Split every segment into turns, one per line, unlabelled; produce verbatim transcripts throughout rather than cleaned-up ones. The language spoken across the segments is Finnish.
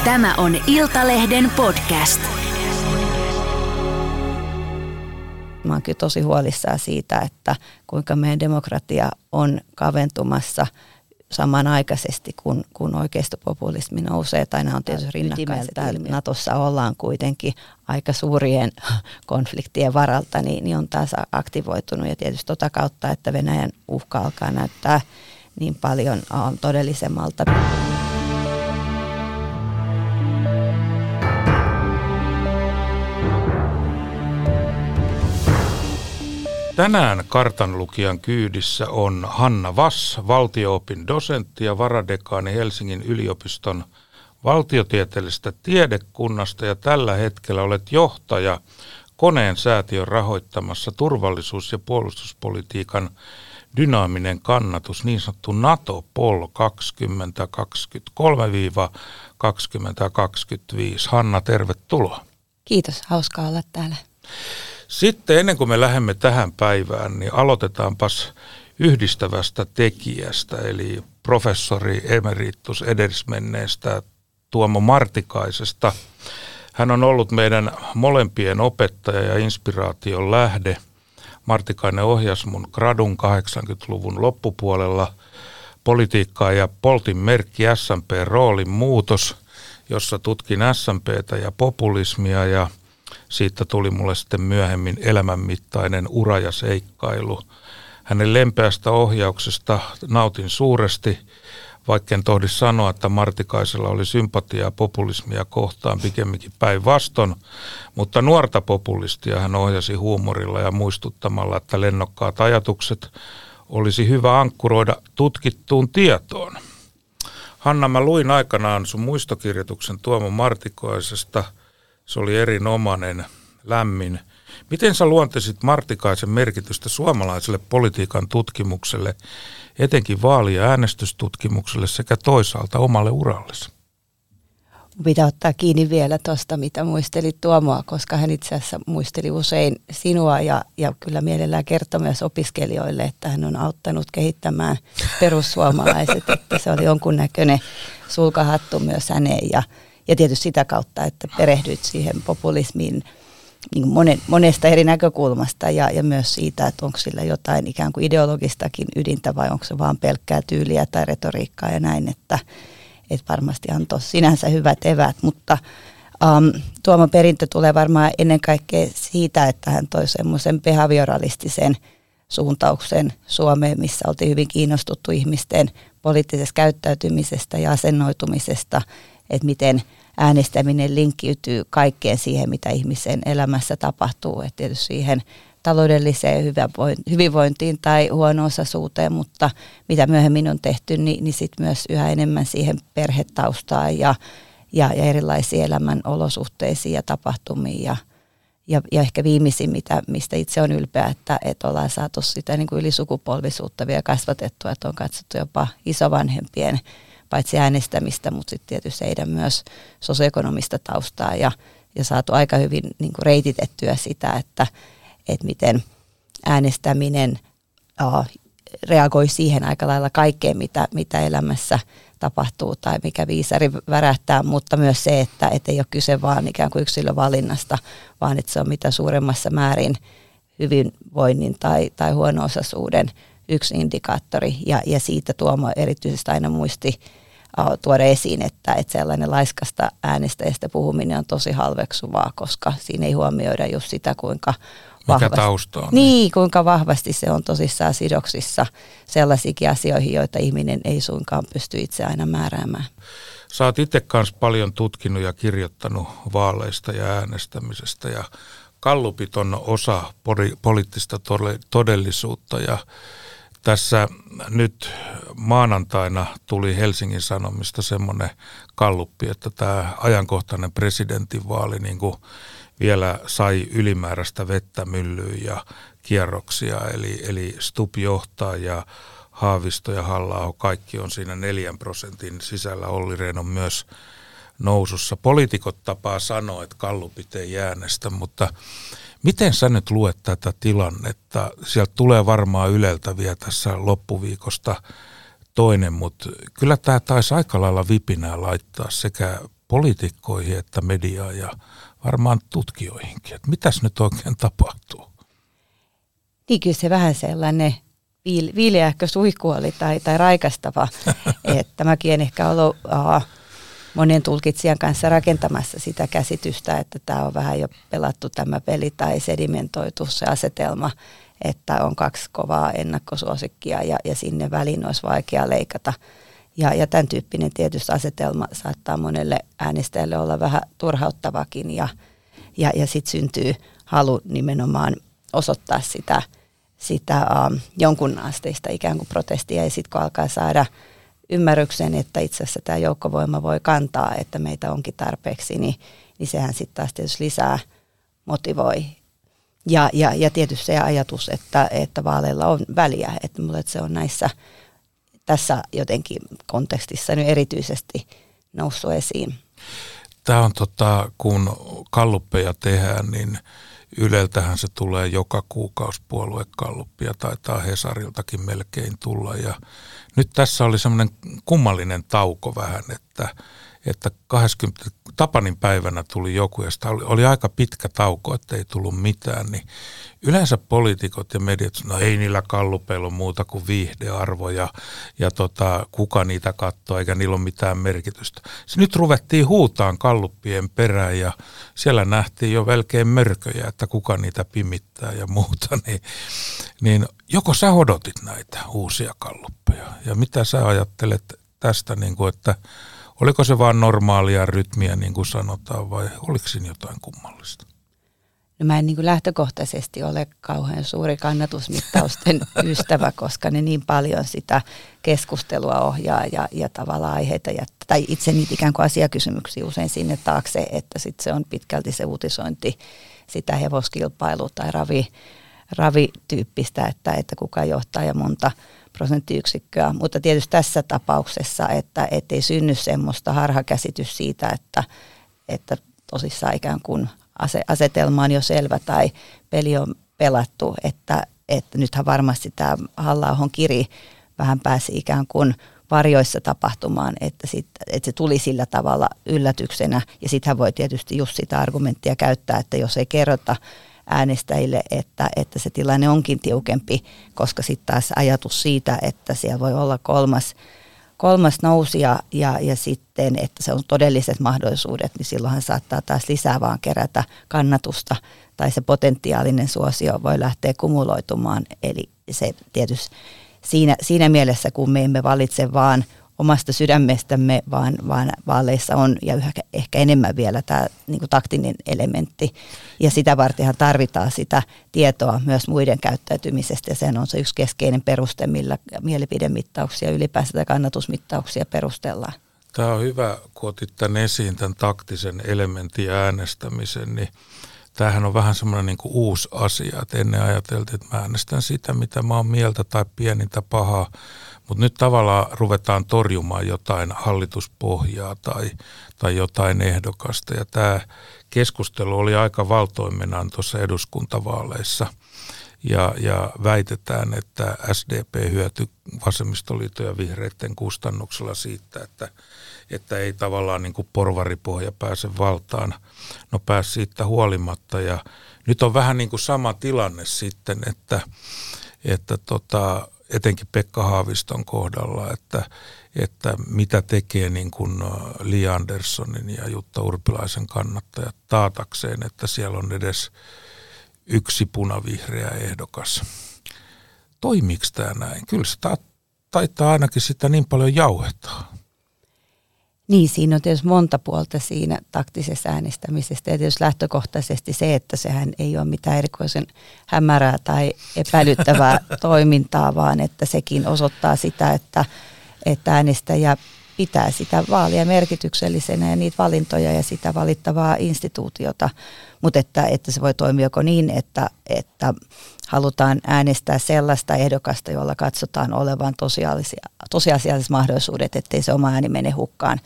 Tämä on Iltalehden podcast.
Mä oon kyllä tosi huolissaan siitä, että kuinka meidän demokratia on kaventumassa samanaikaisesti, kun, kun oikeistopopulismi nousee. Tai nämä on tietysti rinnakkaiset. Natossa ollaan kuitenkin aika suurien konfliktien varalta, niin, niin on taas aktivoitunut. Ja tietysti tota kautta, että Venäjän uhka alkaa näyttää niin paljon uh, todellisemmalta.
Tänään kartanlukijan kyydissä on Hanna Vass, valtio-opin dosentti ja varadekaani Helsingin yliopiston valtiotieteellisestä tiedekunnasta, ja tällä hetkellä olet johtaja Koneen säätiön rahoittamassa turvallisuus- ja puolustuspolitiikan dynaaminen kannatus, niin sanottu NATO-Pol kaksituhattakaksikymmentäkolme kaksituhattakaksikymmentäviisi. Hanna, tervetuloa.
Kiitos, hauskaa olla täällä.
Sitten ennen kuin me lähdemme tähän päivään, niin aloitetaanpas yhdistävästä tekijästä, eli professori emeritus edesmenneestä Tuomo Martikaisesta. Hän on ollut meidän molempien opettaja ja inspiraation lähde. Martikainen ohjasi mun gradun kahdeksankymmentäluvun loppupuolella politiikkaa ja poltin merkki S M P:n roolin muutos, jossa tutkin S M P:tä ja populismia, ja siitä tuli mulle sitten myöhemmin elämänmittainen ura ja seikkailu. Hänen lempeästä ohjauksesta nautin suuresti, vaikka en tohdi sanoa, että Martikaisella oli sympatiaa populismia kohtaan, pikemminkin päinvastoin, mutta nuorta populistia hän ohjasi huumorilla ja muistuttamalla, että lennokkaat ajatukset olisi hyvä ankkuroida tutkittuun tietoon. Hanna, mä luin aikanaan sun muistokirjoituksen Tuomo Martikaisesta. Se oli erinomainen, lämmin. Miten sä luontaisit Martikaisen merkitystä suomalaiselle politiikan tutkimukselle, etenkin vaali- ja äänestystutkimukselle sekä toisaalta omalle urallesi?
Pitää ottaa kiinni vielä tuosta, mitä muistelit Tuomoa, koska hän itse asiassa muisteli usein sinua ja, ja kyllä mielellään kertoi myös opiskelijoille, että hän on auttanut kehittämään perussuomalaiset, että se oli jonkunnäköinen sulkahattu myös häneen ja Ja tietysti sitä kautta, että perehdyt siihen populismiin niin monen, monesta eri näkökulmasta ja, ja myös siitä, että onko sillä jotain ikään kuin ideologistakin ydintä vai onko se vaan pelkkää tyyliä tai retoriikkaa ja näin, että, että varmasti antoi sinänsä hyvät eväät. Mutta um, Tuomo perintö tulee varmaan ennen kaikkea siitä, että hän toi semmoisen behavioralistisen suuntauksen Suomeen, missä oltiin hyvin kiinnostuttu ihmisten poliittisesta käyttäytymisestä ja asennoitumisesta, että miten äänestäminen linkkiytyy kaikkeen siihen, mitä ihmisen elämässä tapahtuu, että tietysti siihen taloudelliseen hyvinvointiin tai huono-osaisuuteen, mutta mitä myöhemmin on tehty, niin, niin sitten myös yhä enemmän siihen perhetaustaan ja, ja, ja erilaisiin elämän olosuhteisiin ja tapahtumiin ja, ja, ja ehkä viimeisin, mitä, mistä itse on ylpeä, että, että ollaan saatu sitä niin kuin ylisukupolvisuutta vielä kasvatettua, että on katsottu jopa isovanhempien paitsi äänestämistä, mutta sitten tietysti heidän myös sosioekonomista taustaa ja, ja saatu aika hyvin niin kuin reititettyä sitä, että, että miten äänestäminen uh, reagoi siihen aika lailla kaikkeen, mitä, mitä elämässä tapahtuu tai mikä viisari värähtää, mutta myös se, että et ei ole kyse vaan ikään kuin yksilövalinnasta, vaan että se on mitä suuremmassa määrin hyvinvoinnin tai, tai huono-osaisuuden yksi indikaattori, ja, ja siitä Tuomo erityisesti aina muisti uh, tuoda esiin, että, että sellainen laiskasta äänestäjästä puhuminen on tosi halveksuvaa, koska siinä ei huomioida just sitä, kuinka vahvasti,
mikä tausta on.
Niin, kuinka vahvasti se on tosissaan sidoksissa sellaisiinkin asioihin, joita ihminen ei suinkaan pysty itse aina määräämään.
Sä oot itse kanssa paljon tutkinut ja kirjoittanut vaaleista ja äänestämisestä, ja gallupit on osa poliittista todellisuutta, ja tässä nyt maanantaina tuli Helsingin Sanomista semmoinen galluppi, että tämä ajankohtainen presidentinvaali niin kuin vielä sai ylimääräistä vettä myllyyn ja kierroksia, eli, eli Stubb johtaa ja Haavisto ja Halla-aho, kaikki on siinä neljän prosentin sisällä. Olli Rehn on myös nousussa. Poliitikot tapaa sanoa, että gallupit ei äänestä, mutta miten sä nyt luet tätä tilannetta? Sieltä tulee varmaan Yleltä vielä tässä loppuviikosta toinen, mutta kyllä tämä taisi aika lailla vipinää laittaa sekä poliitikkoihin että mediaan ja varmaan tutkijoihinkin, että mitäs nyt oikein tapahtuu?
Niin kyllä se vähän sellainen viileähkö suihkuoli tai, tai raikastava, että mäkin en ehkä ollut uh, monen tulkitsijan kanssa rakentamassa sitä käsitystä, että tämä on vähän jo pelattu tämä peli tai sedimentoitu se asetelma, että on kaksi kovaa ennakkosuosikkia ja, ja sinne väliin olisi vaikea leikata. Ja, ja tämän tyyppinen tietysti asetelma saattaa monelle äänestäjälle olla vähän turhauttavakin ja, ja, ja sitten syntyy halu nimenomaan osoittaa sitä, sitä um, jonkun asteista ikään kuin protestia ja sitten kun alkaa saada ymmärryksen, että itse asiassa tämä joukkovoima voi kantaa, että meitä onkin tarpeeksi, niin, niin sehän sitten taas tietysti lisää motivoi. Ja, ja, ja tietysti se ajatus, että, että vaaleilla on väliä, että mulle että se on näissä tässä jotenkin kontekstissa nyt erityisesti noussut esiin.
Tämä on tota, kun galluppeja tehdään, niin Yleltähän se tulee joka kuukausi puoluegalluppia, taitaa Hesariltakin melkein tulla. Ja nyt tässä oli semmoinen kummallinen tauko vähän, että, että kaksikymmentä Tapanin päivänä tuli joku ja sitä oli, oli aika pitkä tauko, että ei tullut mitään. Niin yleensä poliitikot ja mediat, no ei niillä gallupeilla ole muuta kuin viihdearvo ja, ja tota, kuka niitä katsoo eikä niillä ole mitään merkitystä. Se nyt ruvettiin huutaan galluppien perään ja siellä nähtiin jo melkein mörköjä, että kuka niitä pimittää ja muuta. Niin, niin joko sä odotit näitä uusia galluppeja ja mitä sä ajattelet tästä, niin kuin, että oliko se vaan normaalia rytmiä, niin kuin sanotaan, vai oliko siinä jotain kummallista?
No mä en niin kuin lähtökohtaisesti ole kauhean suuri kannatusmittausten ystävä, koska ne niin paljon sitä keskustelua ohjaa ja, ja tavallaan aiheita, ja, tai itse niitä ikään kuin asiakysymyksiä usein sinne taakse, että sitten se on pitkälti se uutisointi, sitä hevoskilpailu tai ravi, ravityyppistä, että, että kuka johtaa ja monta prosenttiyksikköä, mutta tietysti tässä tapauksessa, että ei synny semmoista harhakäsitys siitä, että, että tosissaan ikään kuin asetelma on jo selvä tai peli on pelattu, että, että nythän varmasti tämä Halla-ahon kiri vähän pääsi ikään kuin varjoissa tapahtumaan, että, sit, että se tuli sillä tavalla yllätyksenä ja sittenhän voi tietysti just sitä argumenttia käyttää, että jos ei kerrota äänestäjille, että, että se tilanne onkin tiukempi, koska sitten taas ajatus siitä, että siellä voi olla kolmas, kolmas nousija ja, ja sitten, että se on todelliset mahdollisuudet, niin silloinhan saattaa taas lisää vaan kerätä kannatusta tai se potentiaalinen suosio voi lähteä kumuloitumaan. Eli se tietysti siinä, siinä mielessä, kun me emme valitse vaan omasta sydämestämme, vaan, vaan vaaleissa on ja yhä, ehkä enemmän vielä tämä niin kuin taktinen elementti. Ja sitä vartenhan tarvitaan sitä tietoa myös muiden käyttäytymisestä ja sehän on se yksi keskeinen peruste, millä mielipidemittauksia ylipäänsä tai kannatusmittauksia perustellaan.
Tämä on hyvä, kun otit tämän esiin, tämän taktisen elementin äänestämisen, niin tämähän on vähän semmoinen niin kuin uusi asia, että ennen ajateltiin, että mä äänestän sitä, mitä mä oon mieltä tai pienintä pahaa, mutta nyt tavallaan ruvetaan torjumaan jotain hallituspohjaa tai, tai jotain ehdokasta. Ja tämä keskustelu oli aika valtoimenaan tuossa eduskuntavaaleissa. Ja, ja väitetään, että S D P hyötyi vasemmistoliiton ja vihreiden kustannuksella siitä, että, että ei tavallaan niin kuin porvaripohja pääse valtaan. No pääsi siitä huolimatta. Ja nyt on vähän niin kuin sama tilanne sitten, että, että tota, etenkin Pekka Haaviston kohdalla, että, että mitä tekee niin kuin Li Anderssonin ja Jutta Urpilaisen kannattajat taatakseen, että siellä on edes yksi punavihreä ehdokas. Toimiiko tämä näin? Kyllä se taitaa ainakin sitä niin paljon jauhettaa.
Niin, siinä on tietysti monta puolta siinä taktisessa äänestämisestä ja tietysti lähtökohtaisesti se, että sehän ei ole mitään erikoisen hämärää tai epäilyttävää toimintaa, vaan että sekin osoittaa sitä, että, että äänestäjä pitää sitä vaalia merkityksellisenä ja niitä valintoja ja sitä valittavaa instituutiota, mutta että, että se voi toimia joko niin, että, että halutaan äänestää sellaista ehdokasta, jolla katsotaan olevan tosiasialliset mahdollisuudet, ettei se oma ääni mene hukkaan.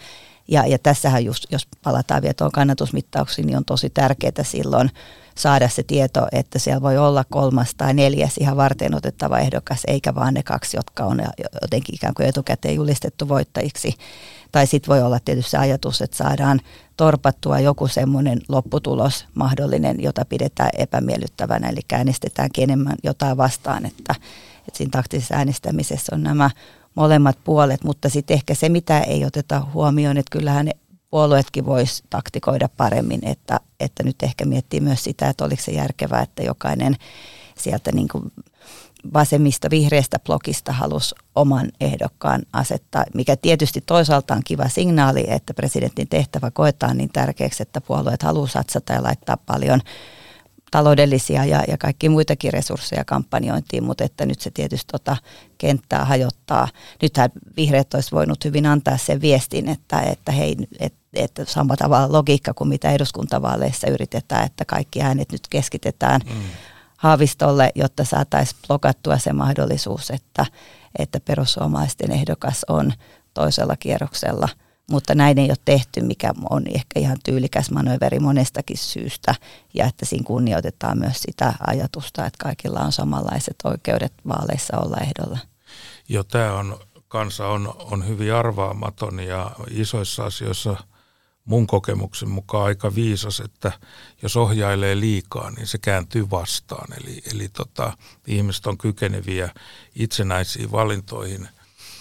Ja, ja tässähän just, jos palataan vielä tuon kannatusmittauksiin, niin on tosi tärkeää silloin saada se tieto, että siellä voi olla kolmas tai neljäs ihan varten otettava ehdokas, eikä vaan ne kaksi, jotka on jotenkin ikään kuin etukäteen julistettu voittajiksi. Tai sitten voi olla tietysti se ajatus, että saadaan torpattua joku semmoinen lopputulos mahdollinen, jota pidetään epämiellyttävänä, eli äänestetäänkin enemmän jotain vastaan, että, että siinä taktisessa äänestämisessä on nämä molemmat puolet, mutta sitten ehkä se, mitä ei oteta huomioon, että kyllähän ne puolueetkin vois taktikoida paremmin, että, että nyt ehkä miettii myös sitä, että oliko se järkevää, että jokainen sieltä niin kuin vasemmista vihreästä blokista halusi oman ehdokkaan asettaa, mikä tietysti toisaalta on kiva signaali, että presidentin tehtävä koetaan niin tärkeäksi, että puolueet haluaa satsata ja laittaa paljon taloudellisia ja, ja kaikki muitakin resursseja kampanjointiin, mutta että nyt se tietysti tota kenttää hajottaa. Nythän vihreät olisi voinut hyvin antaa sen viestin, että, että hei, että että sama tavalla logiikka kuin mitä eduskuntavaaleissa yritetään, että kaikki äänet nyt keskitetään mm. Haavistolle, jotta saataisiin blokattua se mahdollisuus, että, että perussuomalaisten ehdokas on toisella kierroksella. Mutta näin ei ole tehty, mikä on ehkä ihan tyylikäs manööveri monestakin syystä, ja että siinä kunnioitetaan myös sitä ajatusta, että kaikilla on samanlaiset oikeudet vaaleissa olla ehdolla.
Joo, tämä on, kansa on, on hyvin arvaamaton ja isoissa asioissa mun kokemuksen mukaan aika viisas, että jos ohjailee liikaa, niin se kääntyy vastaan. Eli, eli tota, ihmiset on kykeneviä itsenäisiin valintoihin.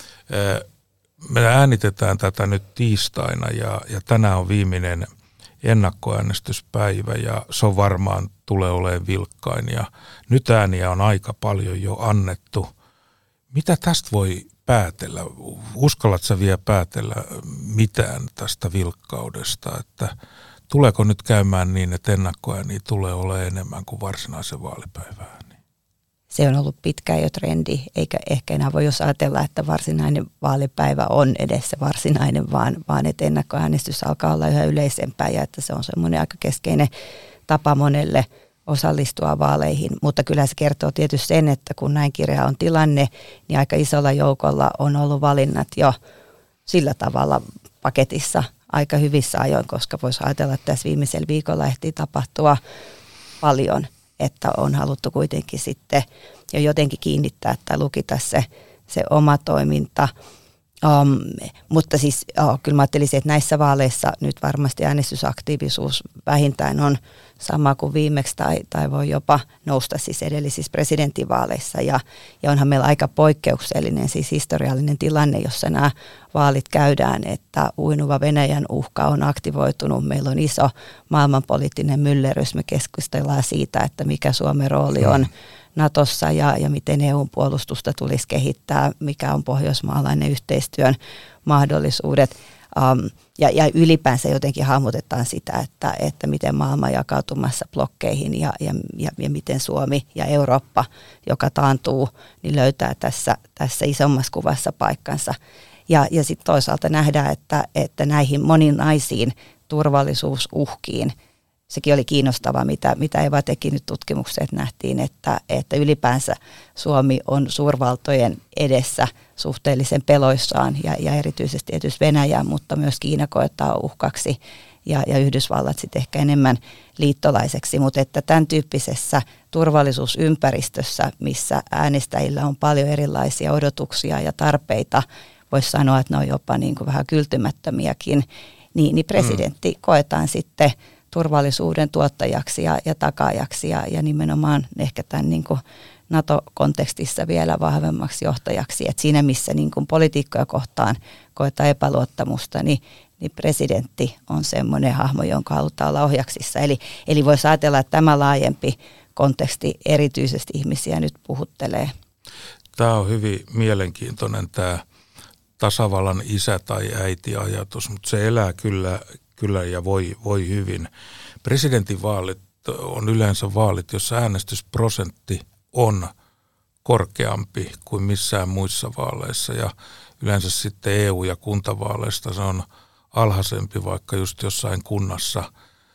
Me äänitetään tätä nyt tiistaina ja, ja tänään on viimeinen ennakkoäänestyspäivä ja se on varmaan tulee olemaan vilkkain. Ja nyt ääniä on aika paljon jo annettu. Mitä tästä voi päätellä? Uskallatko sä vielä päätellä mitään tästä vilkkaudesta? Että tuleeko nyt käymään niin, että ennakkoääniä tulee olemaan enemmän kuin varsinaisen vaalipäivään?
Se on ollut pitkään jo trendi, eikä ehkä enää voi jos ajatella, että varsinainen vaalipäivä on edessä varsinainen, vaan, vaan että ennakkoäänestys alkaa olla yhä yleisempää ja että se on semmoinen aika keskeinen tapa monelle osallistua vaaleihin. Mutta kyllä se kertoo tietysti sen, että kun näin kireä on tilanne, niin aika isolla joukolla on ollut valinnat jo sillä tavalla paketissa aika hyvissä ajoin, koska voisi ajatella, että tässä viimeisellä viikolla ehtii tapahtua paljon, että on haluttu kuitenkin sitten jo jotenkin kiinnittää tai lukita se, se oma toiminta. Um, mutta siis oh, kyllä mä ajattelisin, että näissä vaaleissa nyt varmasti äänestysaktiivisuus vähintään on sama kuin viimeksi tai, tai voi jopa nousta siis edellisissä presidentinvaaleissa. Ja, ja onhan meillä aika poikkeuksellinen, siis historiallinen tilanne, jossa nämä vaalit käydään, että uinuva Venäjän uhka on aktivoitunut. Meillä on iso maailmanpoliittinen myllerrys. Me keskustellaan siitä, että mikä Suomen rooli on Natossa ja, ja miten E U:n puolustusta tulisi kehittää, mikä on pohjoismaalainen yhteistyön mahdollisuudet. Um, ja, ja ylipäänsä jotenkin hahmotetaan sitä, että, että miten maailma jakautumassa blokkeihin ja, ja, ja, ja miten Suomi ja Eurooppa, joka taantuu, niin löytää tässä, tässä isommassa kuvassa paikkansa. Ja, ja sitten toisaalta nähdään, että, että näihin moninaisiin turvallisuusuhkiin, sekin oli kiinnostavaa, mitä, mitä Eva teki nyt tutkimukset, että nähtiin, että, että ylipäänsä Suomi on suurvaltojen edessä suhteellisen peloissaan ja, ja erityisesti tietysti Venäjä, mutta myös Kiina koetaan uhkaksi ja, ja Yhdysvallat sitten ehkä enemmän liittolaiseksi, mutta että tämän tyyppisessä turvallisuusympäristössä, missä äänestäjillä on paljon erilaisia odotuksia ja tarpeita, voisi sanoa, että ne on jopa niin kuin vähän kyltymättömiäkin, niin, niin presidentti mm. koetaan sitten turvallisuuden tuottajaksi ja, ja takaajaksi ja, ja nimenomaan ehkä tämän niin kuin NATO-kontekstissa vielä vahvemmaksi johtajaksi. Et siinä missä niin kuin politiikkoja kohtaan koetaan epäluottamusta, niin, niin presidentti on semmoinen hahmo, jonka halutaan olla ohjaksissa. Eli, eli voisi ajatella, että tämä laajempi konteksti erityisesti ihmisiä nyt puhuttelee.
Tämä on hyvin mielenkiintoinen tämä tasavallan isä- tai äiti-ajatus, mutta se elää kyllä Kyllä ja voi, voi hyvin. Presidentinvaalit on yleensä vaalit, jossa äänestysprosentti on korkeampi kuin missään muissa vaaleissa. Ja yleensä sitten E U- ja kuntavaaleista se on alhaisempi, vaikka just jossain kunnassa.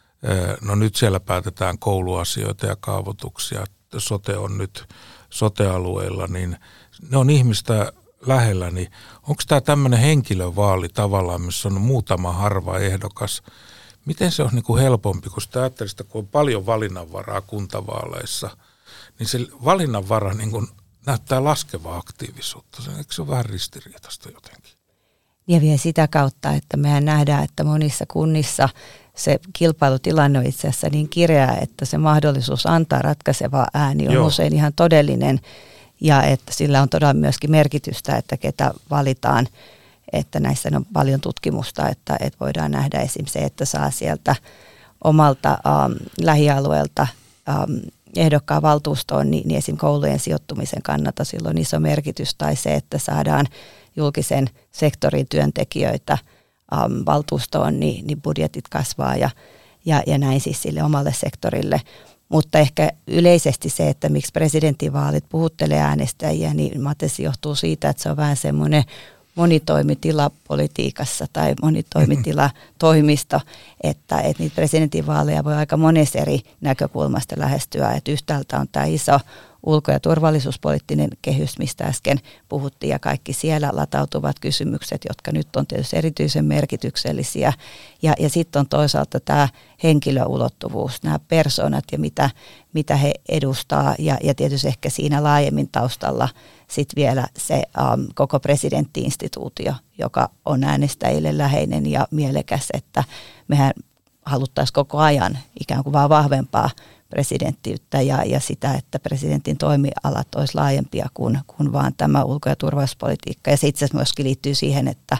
No nyt siellä päätetään kouluasioita ja kaavoituksia. Sote on nyt sote-alueilla, niin ne on ihmistä lähellä, niin onko tämä tämmöinen henkilövaali tavallaan, missä on muutama harva ehdokas? Miten se on niin kuin helpompi, kun sitä ajattelee, että kun on paljon valinnanvaraa kuntavaaleissa, niin se valinnanvara niin kuin näyttää laskevaa aktiivisuutta. Eikö se ole vähän ristiriitaista jotenkin?
Ja vielä sitä kautta, että mehän nähdään, että monissa kunnissa se kilpailutilanne on itse asiassa niin kireä, että se mahdollisuus antaa ratkaiseva ääni on Joo. usein ihan todellinen. Ja että sillä on todella myöskin merkitystä, että ketä valitaan. Että näissä on paljon tutkimusta, että, että voidaan nähdä esimerkiksi se, että saa sieltä omalta ähm, lähialueelta ähm, ehdokkaan valtuustoon, niin, niin esimerkiksi koulujen sijoittumisen kannalta silloin iso merkitys. Tai se, että saadaan julkisen sektorin työntekijöitä ähm, valtuustoon, niin, niin budjetit kasvaa ja, ja, ja näin siis sille omalle sektorille. Mutta ehkä yleisesti se, että miksi presidentinvaalit puhuttelee äänestäjiä, niin mä ajattelin, se johtuu siitä, että se on vähän semmoinen monitoimitila politiikassa tai monitoimitila toimisto, että, että niitä presidentinvaaleja voi aika monessa eri näkökulmasta lähestyä. Että yhtäältä on tämä iso ulko- ja turvallisuuspoliittinen kehys, mistä äsken puhuttiin, ja kaikki siellä latautuvat kysymykset, jotka nyt on tietysti erityisen merkityksellisiä. Ja, ja sitten on toisaalta tämä henkilöulottuvuus, nämä persoonat ja mitä, mitä he edustaa, ja, ja tietysti ehkä siinä laajemmin taustalla sitten vielä se um, koko presidenttiinstituutio, joka on äänestäjille läheinen ja mielekäs, että mehän haluttaisiin koko ajan ikään kuin vaan vahvempaa presidenttiyttä ja, ja sitä, että presidentin toimialat olisi laajempia kuin, kuin vaan tämä ulko- ja turvallisuuspolitiikka. Ja se itse asiassa myöskin liittyy siihen, että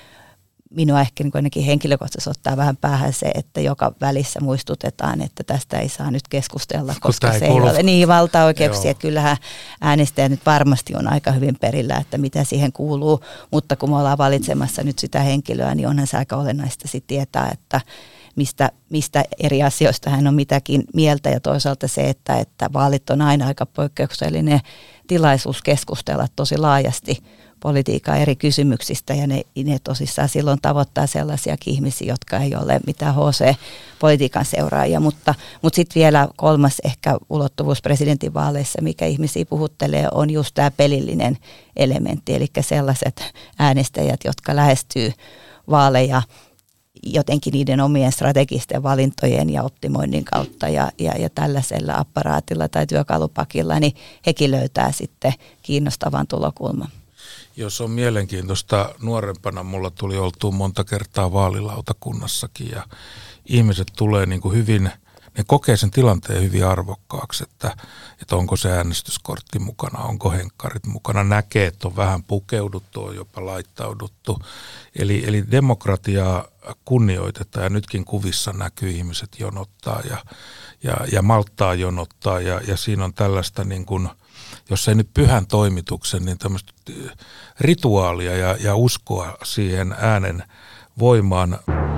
minua ehkä niin ainakin henkilökohtaisesti ottaa vähän päähän se, että joka välissä muistutetaan, että tästä ei saa nyt keskustella, koska se ei ole niin valtaoikeuksia. Joo. Kyllähän äänestäjä nyt varmasti on aika hyvin perillä, että mitä siihen kuuluu, mutta kun me ollaan valitsemassa nyt sitä henkilöä, niin onhan se aika olennaista sitten tietää, että Mistä, mistä eri asioista hän on mitäkin mieltä, ja toisaalta se, että, että vaalit on aina aika poikkeuksellinen tilaisuus keskustella tosi laajasti politiikan eri kysymyksistä, ja ne, ne tosissaan silloin tavoittaa sellaisiakin ihmisiä, jotka ei ole mitään H C-politiikan seuraajia, mutta, mutta sitten vielä kolmas ehkä ulottuvuus presidentinvaaleissa, mikä ihmisiä puhuttelee, on just tämä pelillinen elementti, eli sellaiset äänestäjät, jotka lähestyy vaaleja jotenkin niiden omien strategisten valintojen ja optimoinnin kautta ja, ja, ja tällaisella apparaatilla tai työkalupakilla, niin hekin löytää sitten kiinnostavan tulokulman.
Jos on mielenkiintoista, nuorempana mulla tuli oltua monta kertaa vaalilautakunnassakin ja ihmiset tulee niin kuin hyvin, ne kokee sen tilanteen hyvin arvokkaaksi, että, että onko se äänestyskortti mukana, onko henkkarit mukana, näkee, että on vähän pukeuduttu, on jopa laittauduttu. Eli, eli demokratiaa kunnioitetaan ja nytkin kuvissa näkyy ihmiset jonottaa ja, ja, ja malttaa jonottaa ja, ja siinä on tällaista niin kuin, jos ei nyt pyhän toimituksen, niin tämmöistä rituaalia ja, ja uskoa siihen äänen voimaan.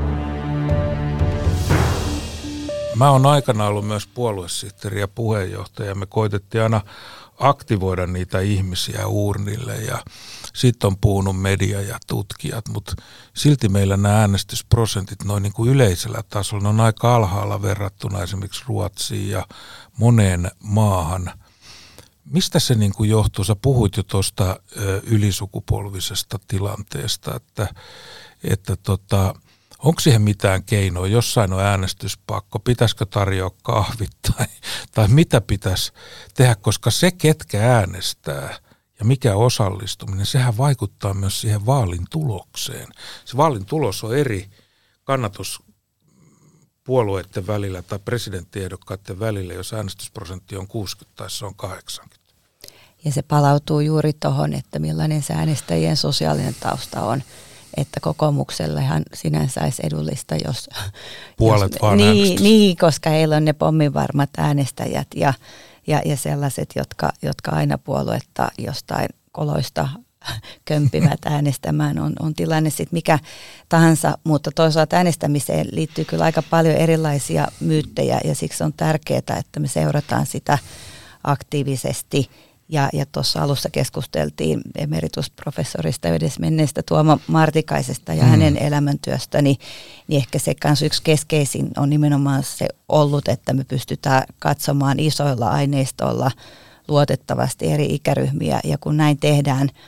Mä oon aikana ollut myös puoluesihteeri ja puheenjohtaja. Me koitettiin aina aktivoida niitä ihmisiä uurnille ja sitten on puhunut media ja tutkijat, mutta silti meillä nämä äänestysprosentit noin niin kuin yleisellä tasolla, ne on aika alhaalla verrattuna esimerkiksi Ruotsiin ja moneen maahan. Mistä se niin kuin johtuu? Sä puhuit jo tuosta ylisukupolvisesta tilanteesta, että, että tota, onko siihen mitään keinoa? Jossain on äänestyspakko, pitäisikö tarjoa kahvit tai, tai mitä pitäisi tehdä, koska se ketkä äänestää ja mikä osallistuminen, sehän vaikuttaa myös siihen vaalin tulokseen. Se vaalin tulos on eri kannatuspuolueiden välillä tai presidenttiehdokkaiden välillä, jos äänestysprosentti on kuusikymmentä tai se on kahdeksankymmentä.
Ja se palautuu juuri tuohon, että millainen se äänestäjien sosiaalinen tausta on. Että kokoomuksellehan sinänsä olisi edullista, jos...
Puolet
jos,
vaan
niin, niin, koska heillä on ne pomminvarmat äänestäjät ja, ja, ja sellaiset, jotka, jotka aina puoluetta jostain koloista kömpivät äänestämään. On, on tilanne sitten mikä tahansa, mutta toisaalta äänestämiseen liittyy kyllä aika paljon erilaisia myyttejä ja siksi on tärkeää, että me seurataan sitä aktiivisesti. Ja, ja tuossa alussa keskusteltiin emeritusprofessorista edesmenneestä Tuomo Martikaisesta ja mm. hänen elämäntyöstä, niin, niin ehkä se kanssa yksi keskeisin on nimenomaan se ollut, että me pystytään katsomaan isoilla aineistoilla luotettavasti eri ikäryhmiä ja kun näin tehdään,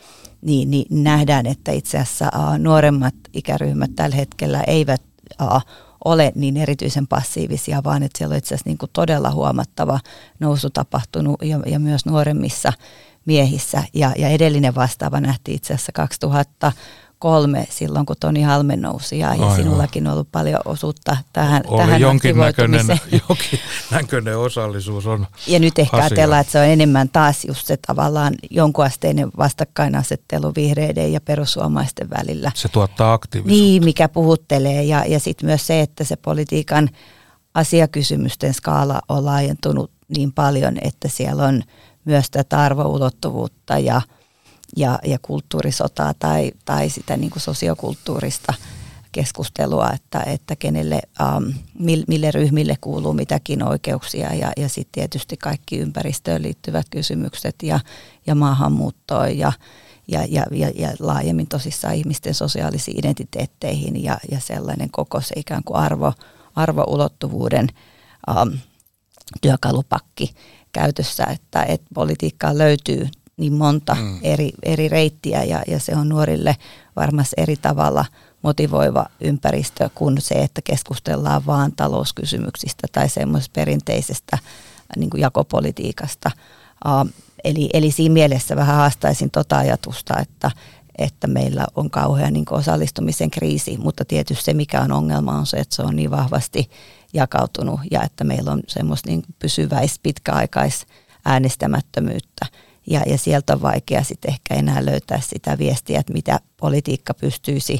niin, niin nähdään, että itse asiassa uh, nuoremmat ikäryhmät tällä hetkellä eivät uh, ole niin erityisen passiivisia, vaan että siellä on itse asiassa niin kuin todella huomattava nousu tapahtunut ja, ja myös nuoremmissa miehissä. Ja, ja edellinen vastaava nähtiin itse asiassa kaksituhattakolme silloin, kun Toni Halme nousi ja, ja sinullakin on ollut paljon osuutta tähän, tähän
jonkinnäköinen jonkinnäköinen osallisuus on.
Ja nyt ehkä
asia.
Ajatellaan, että se on enemmän taas just se tavallaan jonkunasteinen vastakkainasettelu vihreiden ja perussuomaisten välillä.
Se tuottaa aktiivisuutta.
Niin, mikä puhuttelee ja, ja sitten myös se, että se politiikan asiakysymysten skaala on laajentunut niin paljon, että siellä on myös tätä arvoulottuvuutta ja, ja, ja kulttuurisotaa tai, tai sitä niin kuin sosiokulttuurista keskustelua, että, että kenelle, um, mille ryhmille kuuluu mitäkin oikeuksia ja, ja sitten tietysti kaikki ympäristöön liittyvät kysymykset ja, ja maahanmuuttoon ja, ja, ja, ja, ja laajemmin tosissaan ihmisten sosiaalisiin identiteetteihin ja, ja sellainen koko se ikään kuin arvo, arvoulottuvuuden um, työkalupakki käytössä, että, että politiikkaan löytyy niin monta mm. eri, eri reittiä ja, ja se on nuorille varmasti eri tavalla motivoiva ympäristö kuin se, että keskustellaan vaan talouskysymyksistä tai semmoisesta perinteisestä niin kuin jakopolitiikasta. Uh, eli, eli siinä mielessä vähän haastaisin tota ajatusta, että, että meillä on kauhean niin kuin osallistumisen kriisi, mutta tietysti se mikä on ongelma on se, että se on niin vahvasti jakautunut ja että meillä on semmoista niin pysyväis pitkäaikais äänestämättömyyttä. Ja, ja sieltä on vaikea sitten ehkä enää löytää sitä viestiä, että mitä politiikka pystyisi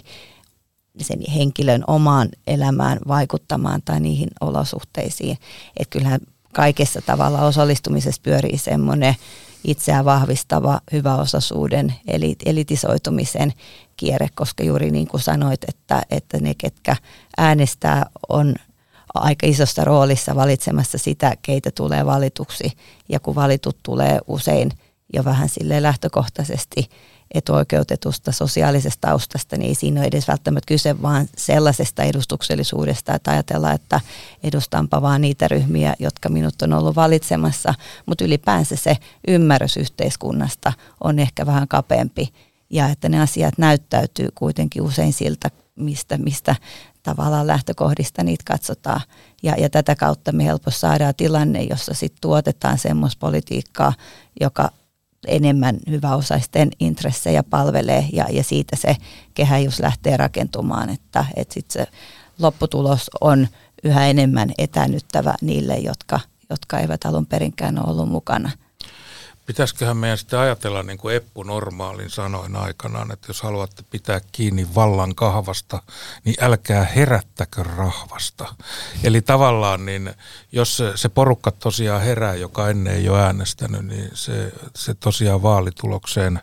sen henkilön omaan elämään vaikuttamaan tai niihin olosuhteisiin. Että kyllähän kaikessa tavalla osallistumisessa pyörii semmoinen itseään vahvistava hyväosaisuuden eli elitisoitumisen kierre, koska juuri niin kuin sanoit, että, että ne, ketkä äänestää, on aika isossa roolissa valitsemassa sitä, keitä tulee valituksi. Ja kun valitut tulee usein jo vähän sille lähtökohtaisesti etuoikeutetusta sosiaalisesta taustasta, niin ei siinä ole edes välttämättä kyse vaan sellaisesta edustuksellisuudesta, että ajatellaan, että edustanpa vaan niitä ryhmiä, jotka minut on ollut valitsemassa, mutta ylipäänsä se ymmärrys yhteiskunnasta on ehkä vähän kapeampi ja että ne asiat näyttäytyy kuitenkin usein siltä, mistä, mistä tavallaan lähtökohdista niitä katsotaan. Ja, ja tätä kautta me helposti saadaan tilanne, jossa sitten tuotetaan semmoista politiikkaa, joka enemmän hyväosaisten intressejä palvelee ja, ja siitä se kehäjus lähtee rakentumaan, että, että sitten se lopputulos on yhä enemmän etäännyttävä niille, jotka, jotka eivät alun perinkään ole ollut mukana.
Pitäisiköhän meidän sitten ajatella niin kuin Eppu Normaalin sanoin aikanaan, että jos haluatte pitää kiinni vallan kahvasta, niin älkää herättäkö rahvasta. Eli tavallaan, niin jos se, se porukka tosiaan herää, joka ennen ei ole äänestänyt, niin se, se tosiaan vaalitulokseen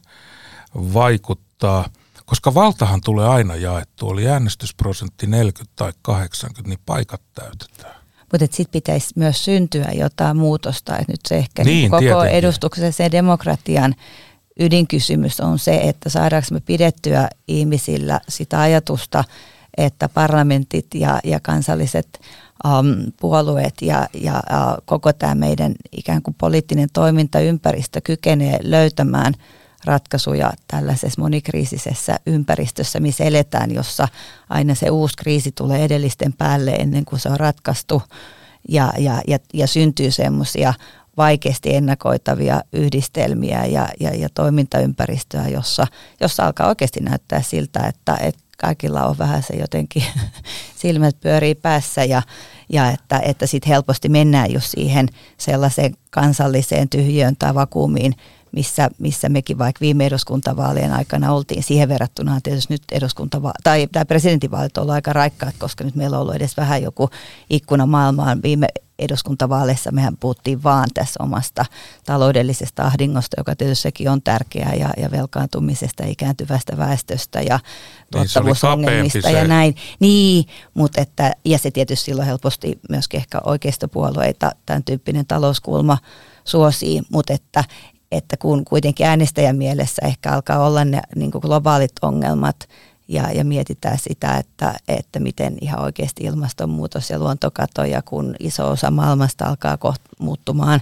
vaikuttaa. Koska valtahan tulee aina jaettu, oli äänestysprosentti neljäkymmentä tai kahdeksankymmentä, niin paikat täytetään.
Mutta sitten pitäisi myös syntyä jotain muutosta. Et nyt se ehkä
niin,
koko
tietenkin.
edustuksellisen demokratian ydinkysymys on se, että saadaanko me pidettyä ihmisillä sitä ajatusta, että parlamentit ja, ja kansalliset um, puolueet ja, ja uh, koko tämä meidän ikään kuin poliittinen toimintaympäristö kykenee löytämään ratkaisuja tällaisessa monikriisisessä ympäristössä, missä eletään, jossa aina se uusi kriisi tulee edellisten päälle ennen kuin se on ratkaistu ja, ja, ja, ja syntyy semmoisia vaikeasti ennakoitavia yhdistelmiä ja, ja, ja toimintaympäristöä, jossa, jossa alkaa oikeasti näyttää siltä, että, että kaikilla on vähän se jotenkin silmät pyörii päässä ja, ja että, että sitten helposti mennään just siihen sellaiseen kansalliseen tyhjiöön tai vakuumiin, missä, missä mekin vaikka viime eduskuntavaalien aikana oltiin. Siihen verrattuna tietysti nyt eduskuntava- tai, tai presidentinvaalit on ollut aika raikkaat, koska nyt meillä on ollut edes vähän joku ikkuna maailmaan. Viime eduskuntavaaleissa mehän puhuttiin vaan tässä omasta taloudellisesta ahdingosta, joka tietysti sekin on tärkeää, ja, ja velkaantumisesta, ikääntyvästä väestöstä ja tuottavuusongelmista ja näin. Niin, mutta että, ja se tietysti silloin helposti myöskin ehkä oikeistopuolueita tämän tyyppinen talouskulma suosii, mutta että että kun kuitenkin äänestäjän mielessä ehkä alkaa olla ne niin kuin globaalit ongelmat ja, ja mietitään sitä, että, että miten ihan oikeasti ilmastonmuutos ja luontokato ja kun iso osa maailmasta alkaa kohta muuttumaan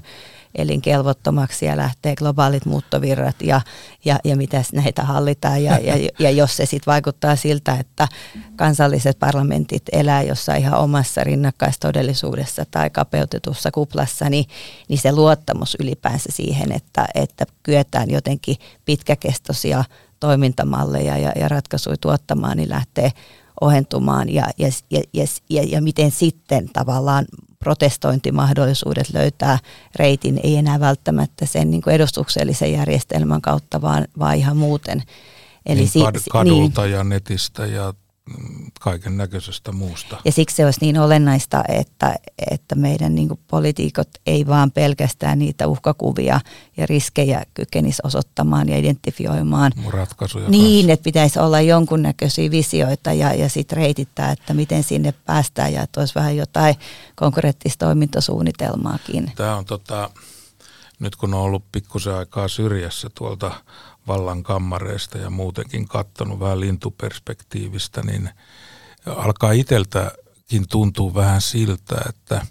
elinkelvottomaksi ja lähtee globaalit muuttovirrat ja, ja, ja miten näitä hallitaan. Ja, ja, ja jos se sitten vaikuttaa siltä, että kansalliset parlamentit elää jossain ihan omassa rinnakkaistodellisuudessa tai kapeutetussa kuplassa, niin, niin se luottamus ylipäänsä siihen, että, että kyetään jotenkin pitkäkestoisia toimintamalleja ja, ja ratkaisuja tuottamaan, niin lähtee ohentumaan ja, ja, ja, ja, ja miten sitten tavallaan protestointimahdollisuudet löytää reitin, ei enää välttämättä sen niin kuin edustuksellisen järjestelmän kautta, vaan, vaan ihan muuten. Eli
niin,
si,
kadulta
niin.
ja netistä ja kaiken näköisestä muusta.
Ja siksi se olisi niin olennaista, että, että meidän niin kuin poliitikot ei vaan pelkästään niitä uhkakuvia ja riskejä kykenisi osoittamaan ja identifioimaan.
Ratkaisuja
niin,
kanssa.
että pitäisi olla jonkunnäköisiä visioita ja, ja sitten reitittää, että miten sinne päästään ja että olisi vähän jotain konkreettista toimintasuunnitelmaakin.
Tämä on tota, nyt kun on ollut pikkusen aikaa syrjässä tuolta vallan kammareista ja muutenkin katsonut vähän lintuperspektiivistä, niin alkaa itseltäkin tuntua vähän siltä, että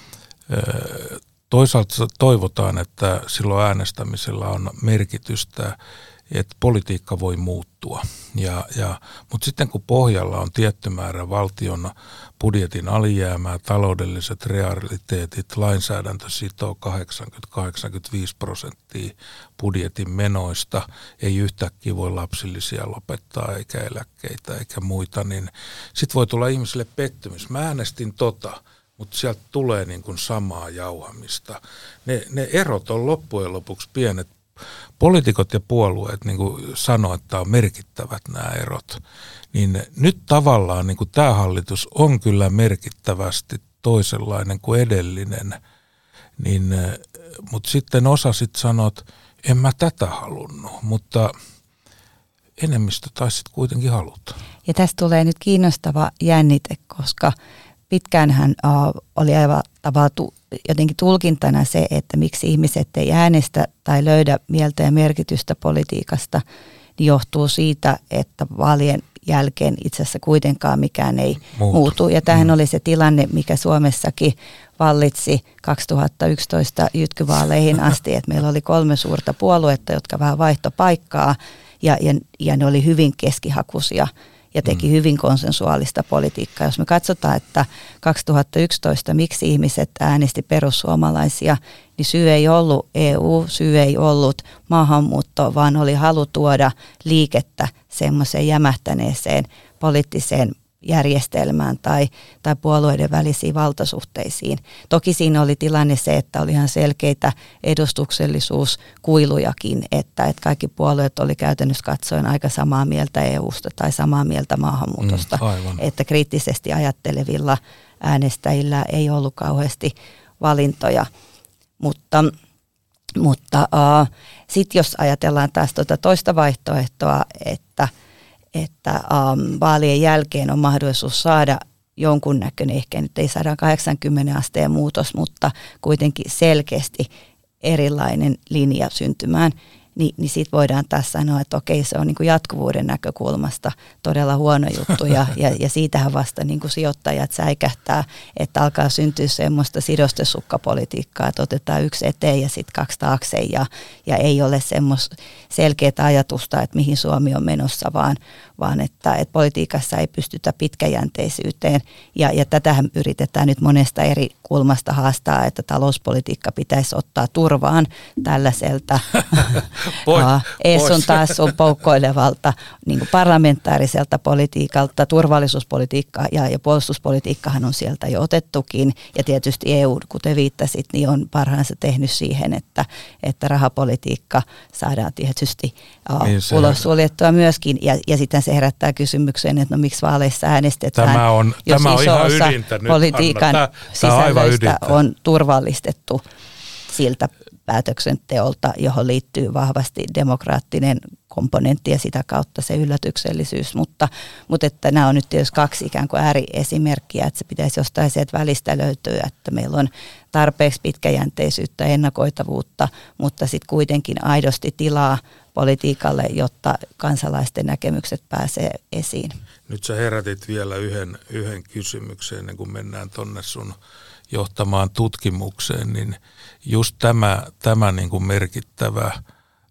toisaalta toivotaan, että silloin äänestämisellä on merkitystä, että politiikka voi muuttua. Ja, ja, mutta sitten kun pohjalla on tietty määrä valtion budjetin alijäämää, taloudelliset realiteetit, lainsäädäntö sitoo kahdeksankymmentä kahdeksankymmentäviisi prosenttia budjetin menoista, ei yhtäkkiä voi lapsillisia lopettaa eikä eläkkeitä eikä muita, niin sitten voi tulla ihmisille pettymys. Mä äänestin tota, mutta sieltä tulee niin kuin samaa jauhamista. Ne, ne erot on loppujen lopuksi pienet. Poliitikot ja puolueet niin kuin sanoo, että on merkittävät nämä erot, niin nyt tavallaan niin kuin tämä hallitus on kyllä merkittävästi toisenlainen kuin edellinen, niin, mutta sitten osa sitten sanoo, että en mä tätä halunnut, mutta enemmistö taisi sitten kuitenkin haluta.
Ja tästä tulee nyt kiinnostava jännite, koska pitkäänhän uh, oli aivan tavallaan jotenkin tulkintana se, että miksi ihmiset ei äänestä tai löydä mieltä ja merkitystä politiikasta, niin johtuu siitä, että vaalien jälkeen itse asiassa kuitenkaan mikään ei muutu. muutu. Ja tämähän mm. oli se tilanne, mikä Suomessakin vallitsi kaksituhattayksitoista jytkyvaaleihin asti, että meillä oli kolme suurta puoluetta, jotka vähän vaihtoi paikkaa ja, ja, ja ne oli hyvin keskihakuisia ja teki mm. hyvin konsensuaalista politiikkaa. Jos me katsotaan, että kaksituhattayksitoista miksi ihmiset äänesti perussuomalaisia, niin syy ei ollut E U, syy ei ollut maahanmuutto, vaan oli halu tuoda liikettä semmoiseen jämähtäneeseen poliittiseen järjestelmään tai, tai puolueiden välisiin valtasuhteisiin. Toki siinä oli tilanne se, että oli ihan selkeitä edustuksellisuuskuilujakin, että, että kaikki puolueet oli käytännössä katsoen aika samaa mieltä E Usta tai samaa mieltä maahanmuutosta. Mm, että kriittisesti ajattelevilla äänestäjillä ei ollut kauheasti valintoja. Mutta, mutta uh, sitten jos ajatellaan taas tuota toista vaihtoehtoa, että että um, vaalien jälkeen on mahdollisuus saada jonkunnäköinen, ehkä nyt ei saada kahdeksankymmentä asteen muutos, mutta kuitenkin selkeästi erilainen linja syntymään, niin, niin sitten voidaan taas sanoa, että okei, se on niin kuin jatkuvuuden näkökulmasta todella huono juttu, ja, ja, ja siitähän vasta niin kuin sijoittajat säikähtää, että alkaa syntyä semmoista sidostesukkapolitiikkaa, että otetaan yksi eteen ja sitten kaksi taakse, ja, ja ei ole semmoista selkeää ajatusta, että mihin Suomi on menossa, vaan, vaan että, että politiikassa ei pystytä pitkäjänteisyyteen, ja, ja tätähän yritetään nyt monesta eri kulmasta haastaa, että talouspolitiikka pitäisi ottaa turvaan tällaiselta eesun taas sun poukkoilevalta niin kuin parlamentaariselta politiikalta. Turvallisuuspolitiikka ja, ja puolustuspolitiikkahan on sieltä jo otettukin, ja tietysti E U, kuten viittasit, niin on parhaansa tehnyt siihen, että, että rahapolitiikka saadaan tietysti niin ulos suljettua myöskin, ja, ja sitten se herättää kysymyksen, että no miksi vaaleissa äänestetään,
tämä on,
jos
tämä on
iso
ihan
osa
ydintä nyt,
politiikan
Anna. Tämä,
sisällöistä on turvallistettu siltä päätöksenteolta, johon liittyy vahvasti demokraattinen komponentti ja sitä kautta se yllätyksellisyys, mutta, mutta että nämä on nyt tietysti kaksi ikään kuin ääriesimerkkiä, että se pitäisi jostain sieltä välistä löytyä, että meillä on tarpeeksi pitkäjänteisyyttä, ennakoitavuutta, mutta sitten kuitenkin aidosti tilaa politiikalle, jotta kansalaisten näkemykset pääsee esiin.
Nyt sä herätit vielä yhden, yhden kysymyksen ennen kuin mennään tonne sun johtamaan tutkimukseen, niin just tämä, tämä niin kuin merkittävä ä,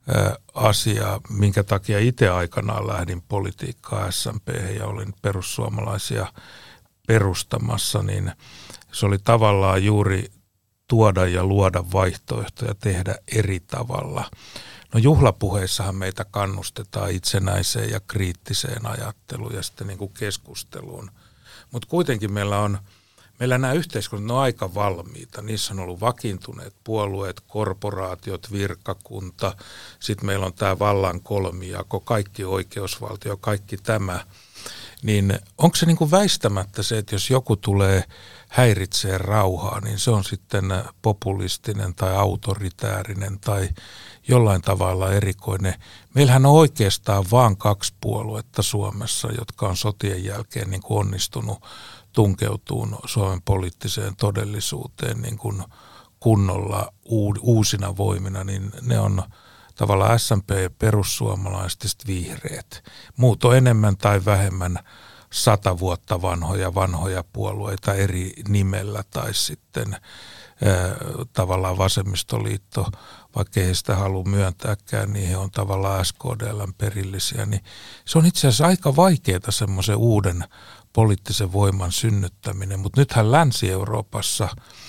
asia, minkä takia itse aikanaan lähdin politiikkaan S M P:hen ja olin perussuomalaisia perustamassa, niin se oli tavallaan juuri tuoda ja luoda vaihtoehtoja, tehdä eri tavalla. No juhlapuheissahan meitä kannustetaan itsenäiseen ja kriittiseen ajatteluun ja sitten niin kuin keskusteluun. Mutta kuitenkin meillä on, meillä nämä yhteiskunnat on aika valmiita. Niissä on ollut vakiintuneet puolueet, korporaatiot, virkakunta. Sitten meillä on tämä vallan kolmijako, kaikki oikeusvaltio, kaikki tämä. Niin onko se niin kuin väistämättä se, että jos joku tulee häiritsee rauhaa, niin se on sitten populistinen tai autoritäärinen tai jollain tavalla erikoinen. Meillähän on oikeastaan vain kaksi puoluetta Suomessa, jotka on sotien jälkeen niin kuin onnistunut tunkeutumaan Suomen poliittiseen todellisuuteen niin kuin kunnolla uusina voimina, niin ne on tavallaan S M P, perussuomalaiset ja vihreät. Muut on enemmän tai vähemmän sata vuotta vanhoja vanhoja puolueita eri nimellä tai sitten ää, tavallaan vasemmistoliitto, vaikka ei sitä halua myöntääkään, niin he on tavallaan S K D L:n perillisiä. Niin se on itse asiassa aika vaikeaa semmoisen uuden poliittisen voiman synnyttäminen, mutta nythän Länsi-Euroopassa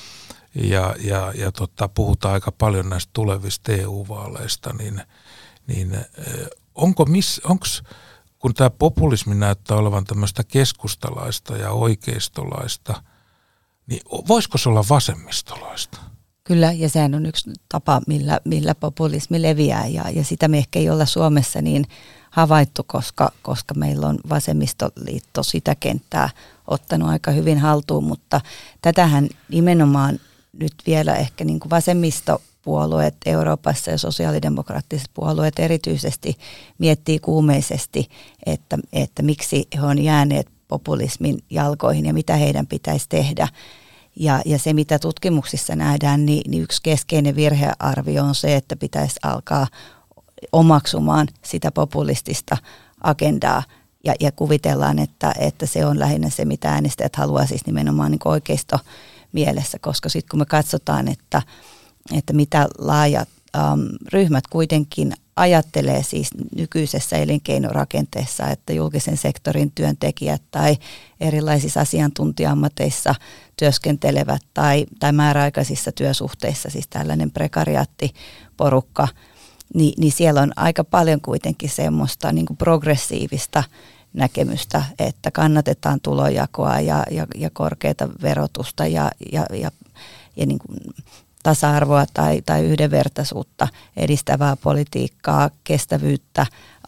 ja, ja, ja tota, puhutaan aika paljon näistä tulevista E U-vaaleista, niin, niin onko miss, onks, kun tämä populismi näyttää olevan tämmöistä keskustalaista ja oikeistolaista, niin voisiko se olla vasemmistolaista?
Kyllä, ja sehän on yksi tapa, millä, millä populismi leviää, ja, ja sitä me ehkä ei olla Suomessa niin havaittu, koska, koska meillä on vasemmistoliitto sitä kenttää ottanut aika hyvin haltuun, mutta tätähän nimenomaan nyt vielä ehkä niin kuin vasemmistopuolueet Euroopassa ja sosiaalidemokraattiset puolueet erityisesti miettii kuumeisesti, että, että miksi he on jääneet populismin jalkoihin ja mitä heidän pitäisi tehdä. Ja, ja se, mitä tutkimuksissa nähdään, niin, niin yksi keskeinen virhearvio on se, että pitäisi alkaa omaksumaan sitä populistista agendaa ja, ja kuvitellaan, että, että se on lähinnä se, mitä äänestäjät haluaa siis nimenomaan niin kuin oikeisto mielessä, koska sitten kun me katsotaan, että, että mitä laajat äm, ryhmät kuitenkin ajattelee siis nykyisessä elinkeinorakenteessa, että julkisen sektorin työntekijät tai erilaisissa asiantuntija-ammateissa työskentelevät tai, tai määräaikaisissa työsuhteissa, siis tällainen prekariaattiporukka, niin, niin siellä on aika paljon kuitenkin semmoista niin kuin progressiivista näkemystä, että kannatetaan tulonjakoa ja, ja, ja korkeata verotusta ja, ja, ja, ja niin kuin tasa-arvoa tai, tai yhdenvertaisuutta edistävää politiikkaa, kestävyyttä,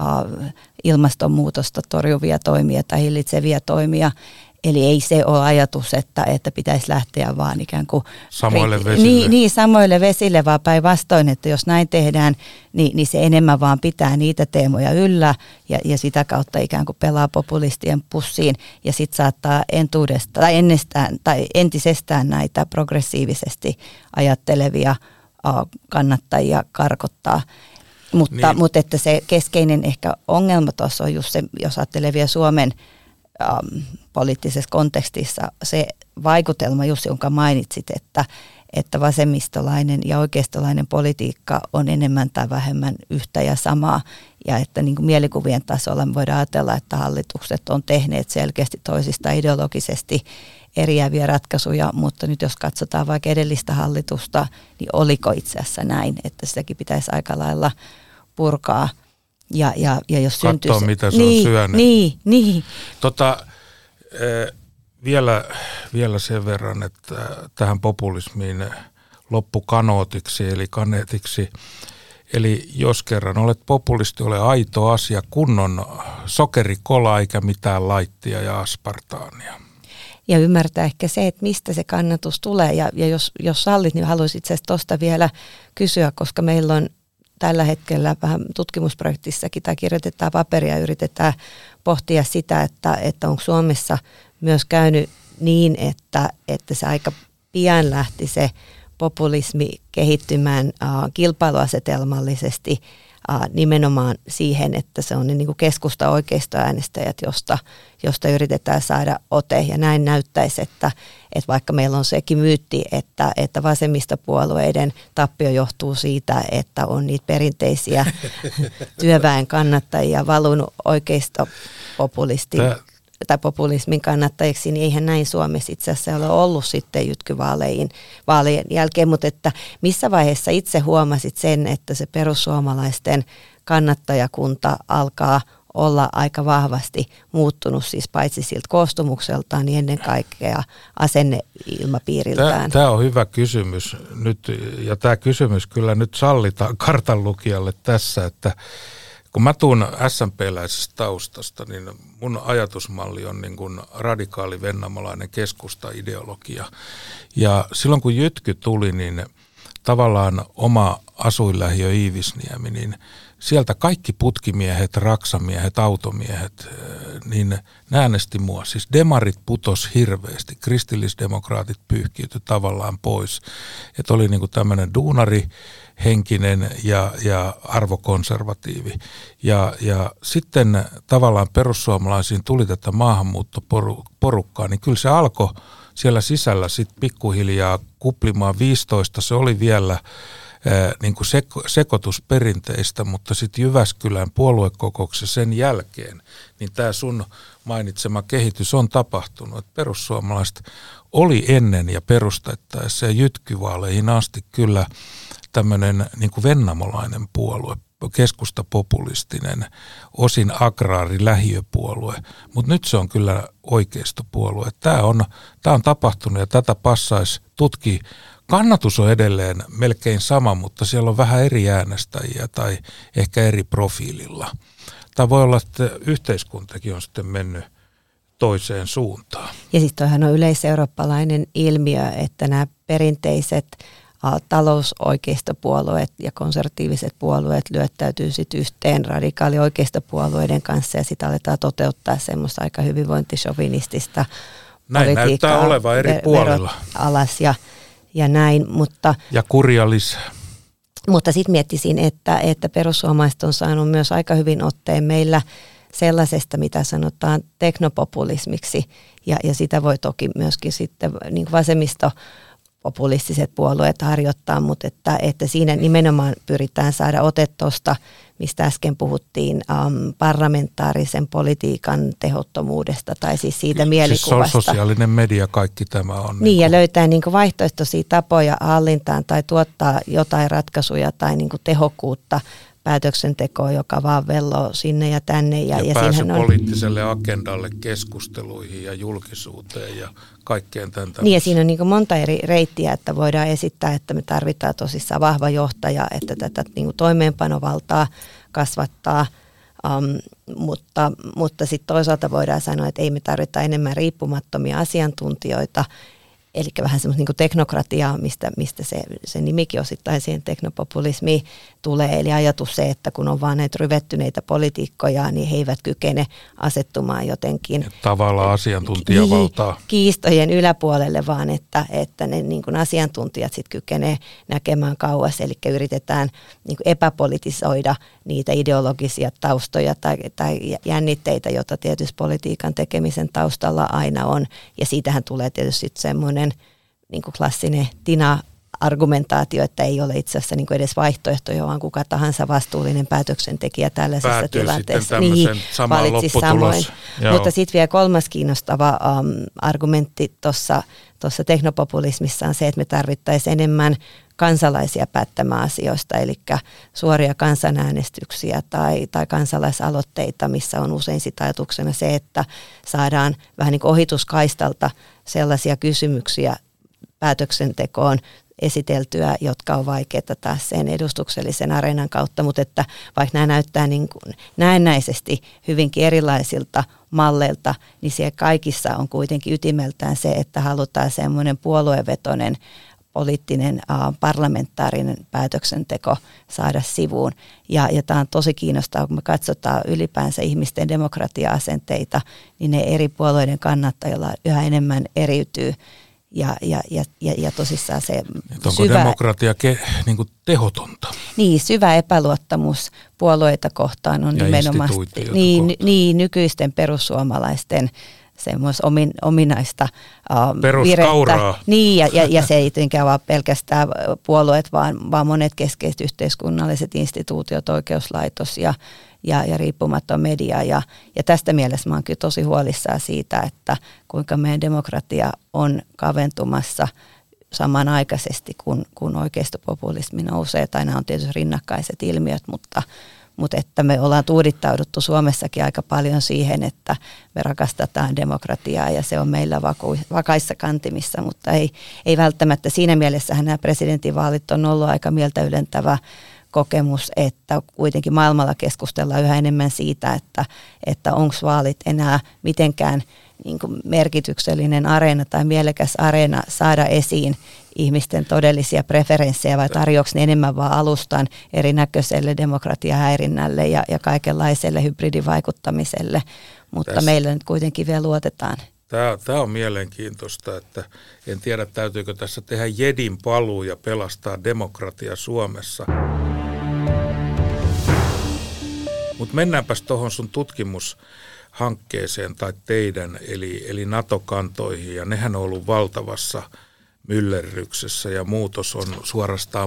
ilmastonmuutosta torjuvia toimia tai hillitseviä toimia. Eli ei se ole ajatus, että, että pitäisi lähteä vaan ikään kuin
samoille
ri-
vesille.
Niin, niin, samoille vesille, vaan päinvastoin, että jos näin tehdään, niin, niin se enemmän vaan pitää niitä teemoja yllä ja, ja sitä kautta ikään kuin pelaa populistien pussiin ja sitten saattaa entuudesta, tai, ennestään, tai entisestään näitä progressiivisesti ajattelevia uh, kannattajia karkottaa. Mutta, niin. mutta että se keskeinen ehkä ongelma tuossa on just se, jos ajattelee vielä Suomen Um, poliittisessa kontekstissa se vaikutelma, just jonka mainitsit, että, että vasemmistolainen ja oikeistolainen politiikka on enemmän tai vähemmän yhtä ja samaa, ja että niin kuin mielikuvien tasolla me voidaan ajatella, että hallitukset on tehneet selkeästi toisista ideologisesti eriäviä ratkaisuja, mutta nyt jos katsotaan vaikka edellistä hallitusta, niin oliko itse asiassa näin, että sitäkin pitäisi aika lailla purkaa. Ja, ja, ja jos
katsoa,
se,
mitä se
niin,
on syönyt.
Niin, niin.
Tota, eh, vielä, vielä sen verran, että tähän populismiin loppu kanootiksi, eli kaneetiksi. Eli jos kerran olet populisti, ole aito asia, kunnon sokerikola eikä mitään laittia ja aspartaania.
Ja ymmärtää ehkä se, että mistä se kannatus tulee. Ja, ja jos, jos sallit, niin haluaisin itse asiassa tuosta vielä kysyä, koska meillä on tällä hetkellä vähän tutkimusprojektissakin tai kirjoitetaan paperia ja yritetään pohtia sitä, että, että onko Suomessa myös käynyt niin, että, että se aika pian lähti se populismi kehittymään uh, kilpailuasetelmallisesti äh, nimenomaan siihen, että se on ne niin kuin keskusta oikeistoäänestäjät, josta, josta yritetään saada ote. Ja näin näyttäisi, että, että vaikka meillä on sekin myytti, että, että vasemmistopuolueiden tappio johtuu siitä, että on niitä perinteisiä työväen kannattajia valunut oikeistopopulistin tai populismin kannattajiksi, niin eihän näin Suomessa itse asiassa ole ollut sitten jytkyvaaleihin vaalien jälkeen, mutta että missä vaiheessa itse huomasit sen, että se perussuomalaisten kannattajakunta alkaa olla aika vahvasti muuttunut, siis paitsi siltä koostumukseltaan, niin ennen kaikkea asenneilmapiiriltään.
Tämä on hyvä kysymys nyt, ja tämä kysymys kyllä nyt sallitaan kartanlukijalle tässä, että kun mä tuun S M P-läisestä taustasta, niin mun ajatusmalli on niin kuin radikaali vennamolainen keskusta-ideologia. Ja silloin kun jytky tuli, niin tavallaan oma asuinlähiö Iivisniemi, niin sieltä kaikki putkimiehet, raksamiehet, automiehet, niin ne äänesti mua. Siis demarit putos hirveästi, kristillisdemokraatit pyyhkiytyi tavallaan pois. Että oli niin kuin tämmöinen duunari, henkinen ja, ja arvokonservatiivi. Ja, ja sitten tavallaan perussuomalaisiin tuli tätä maahanmuuttoporukkaa, niin kyllä se alkoi siellä sisällä sitten pikkuhiljaa kuplimaan. viisitoista se oli vielä ää, niin kuin seko, sekoitusperinteistä, mutta sitten Jyväskylän puoluekokouksessa sen jälkeen, niin tämä sun mainitsema kehitys on tapahtunut. Et perussuomalaiset oli ennen ja perustettaessa ja jytkyvaaleihin asti kyllä tämmöinen niin kuin vennamolainen puolue, keskustapopulistinen, osin agraari lähiöpuolue, mutta nyt se on kyllä oikeistopuolue. Tämä on, tämä on tapahtunut ja tätä passaisi tutkia. Kannatus on edelleen melkein sama, mutta siellä on vähän eri äänestäjiä tai ehkä eri profiililla. Tämä voi olla, että yhteiskuntakin on sitten mennyt toiseen suuntaan.
Ja siis toihan on yleiseurooppalainen ilmiö, että nämä perinteiset talousoikeistopuolueet ja konservatiiviset puolueet lyöttäytyy sitten yhteen radikaalioikeistopuolueiden kanssa ja sitä aletaan toteuttaa semmoista aika hyvinvointishovinistista
näin politiikkaa. Näyttää olevan eri puolilla.
Alas ja, ja näin, mutta...
Ja kurja lisää.
Mutta sitten miettisin, että, että perussuomalaiset on saanut myös aika hyvin otteen meillä sellaisesta, mitä sanotaan teknopopulismiksi ja, ja sitä voi toki myöskin sitten niin vasemmisto populistiset puolueet harjoittaa, mutta että, että siinä nimenomaan pyritään saada ote tuosta, mistä äsken puhuttiin, um, parlamentaarisen politiikan tehottomuudesta tai siis siitä mielikuvasta.
Siis sosiaalinen media, kaikki tämä on.
Niin, niin ja löytää niin kuin vaihtoehtoisia tapoja hallintaan tai tuottaa jotain ratkaisuja tai niin kuin tehokkuutta päätöksentekoa, joka vaan velloo sinne ja tänne. Ja,
ja,
ja
pääsy
on
poliittiselle agendalle, keskusteluihin ja julkisuuteen ja kaikkeen tämän tämmöisen.
Niin ja siinä on niin kuin monta eri reittiä, että voidaan esittää, että me tarvitaan tosissaan vahva johtaja, että tätä niin kuin toimeenpanovaltaa kasvattaa, um, mutta, mutta sitten toisaalta voidaan sanoa, että ei me tarvita enemmän riippumattomia asiantuntijoita, eli vähän semmoista niin kuin teknokratiaa, mistä, mistä se, se nimikin osittain siihen teknopopulismiin tulee. Eli ajatus se, että kun on vaan näitä ryvettyneitä poliitikkoja, niin he eivät kykene asettumaan jotenkin
tavallaan asiantuntijavaltaa
kiistojen yläpuolelle, vaan että, että ne niin kuin asiantuntijat sitten kykenee näkemään kauas. Eli yritetään niin kuin epäpolitisoida niitä ideologisia taustoja tai, tai jännitteitä, joita tietysti politiikan tekemisen taustalla aina on. Ja siitähän tulee tietysti semmoinen niin kuin klassinen Tina-argumentaatio, että ei ole itse asiassa niin kuin edes vaihtoehtoja, vaan kuka tahansa vastuullinen päätöksentekijä tällaisessa
päätyy
tilanteessa. Niin, valitsi samoin. Mutta sitten vielä kolmas kiinnostava um, argumentti tuossa teknopopulismissa on se, että me tarvittaisiin enemmän kansalaisia päättämään asioista, eli suoria kansanäänestyksiä tai, tai kansalaisaloitteita, missä on usein sitä ajatuksena se, että saadaan vähän niin kuin ohituskaistalta sellaisia kysymyksiä päätöksentekoon esiteltyä, jotka on vaikeita taas sen edustuksellisen areenan kautta, mutta että vaikka nämä näyttää niin kuin näennäisesti hyvinkin erilaisilta malleilta, niin siellä kaikissa on kuitenkin ytimeltään se, että halutaan semmoinen puoluevetoinen poliittinen äh, parlamentaarinen päätöksenteko saada sivuun. Ja, ja tämä on tosi kiinnostavaa, kun me katsotaan ylipäänsä ihmisten demokratia-asenteita, niin ne eri puolueiden kannattajilla yhä enemmän eriytyy. Ja, ja, ja, ja, ja tosissaan se
onko
syvä,
demokratia ke, niin kuin tehotonta?
Niin, syvä epäluottamus puolueita kohtaan on
ja
nimenomaan niin, niin, nykyisten perussuomalaisten semmos omin, ominaista uh,
peruskauraa.
Niin, ja, ja, ja se ei tietenkään ole pelkästään puolueet, vaan, vaan monet keskeiset yhteiskunnalliset instituutiot, oikeuslaitos ja, ja, ja riippumaton media. Ja, ja tästä mielessä mä oon kyllä tosi huolissaan siitä, että kuinka meidän demokratia on kaventumassa samanaikaisesti, kun, kun oikeistopopulismi nousee. Tai nämä on tietysti rinnakkaiset ilmiöt, mutta Mutta että me ollaan tuudittauduttu Suomessakin aika paljon siihen, että me rakastetaan demokratiaa ja se on meillä vaku- vakaissa kantimissa, mutta ei, ei välttämättä siinä mielessähän nämä presidentinvaalit on ollut aika mieltä ylentävä kokemus, että kuitenkin maailmalla keskustellaan yhä enemmän siitä, että, että onko vaalit enää mitenkään niin kuin merkityksellinen areena tai mielekäs areena saada esiin ihmisten todellisia preferenssejä vai tarjoako ne enemmän vaan alustan erinäköiselle demokratiahäirinnälle ja, ja kaikenlaiselle hybridivaikuttamiselle, mutta Tässä. meillä nyt kuitenkin vielä luotetaan.
Tämä, tämä on mielenkiintoista, että en tiedä täytyykö tässä tehdä jedin paluu ja pelastaa demokratia Suomessa. Mutta mennäänpäs tuohon sun tutkimushankkeeseen tai teidän, eli, eli NATO-kantoihin, ja nehän on ollut valtavassa myllerryksessä ja muutos on suorastaan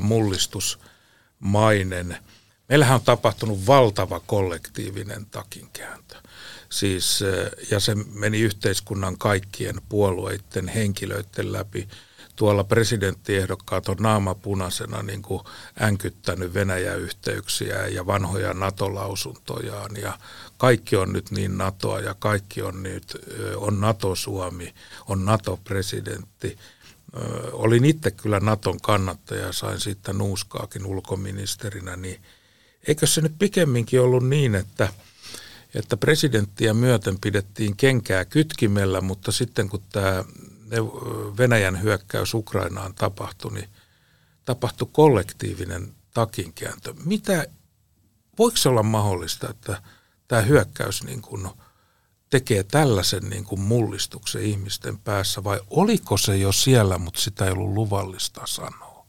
mullistusmainen. Meillähän on tapahtunut valtava kollektiivinen takinkääntö. Siis, ja se meni yhteiskunnan kaikkien puolueiden henkilöiden läpi. Tuolla presidenttiehdokkaat on naama punaisena niin kuin änkyttänyt Venäjä-yhteyksiä ja vanhoja NATO-lausuntojaan. Ja kaikki on nyt niin NATOa ja kaikki on nyt, on NATO-Suomi, on NATO-presidentti. Olin itse kyllä Naton kannattaja ja sain siitä nuuskaakin ulkoministerinä, niin eikö se nyt pikemminkin ollut niin, että, että presidenttiä myöten pidettiin kenkää kytkimellä, mutta sitten kun tämä Venäjän hyökkäys Ukrainaan tapahtui, niin tapahtui kollektiivinen takinkääntö. Mitä, voiko se olla mahdollista, että tämä hyökkäys niin kuin tekee tällaisen niin kuin mullistuksen ihmisten päässä, vai oliko se jo siellä, mutta sitä ei ollut luvallista sanoa?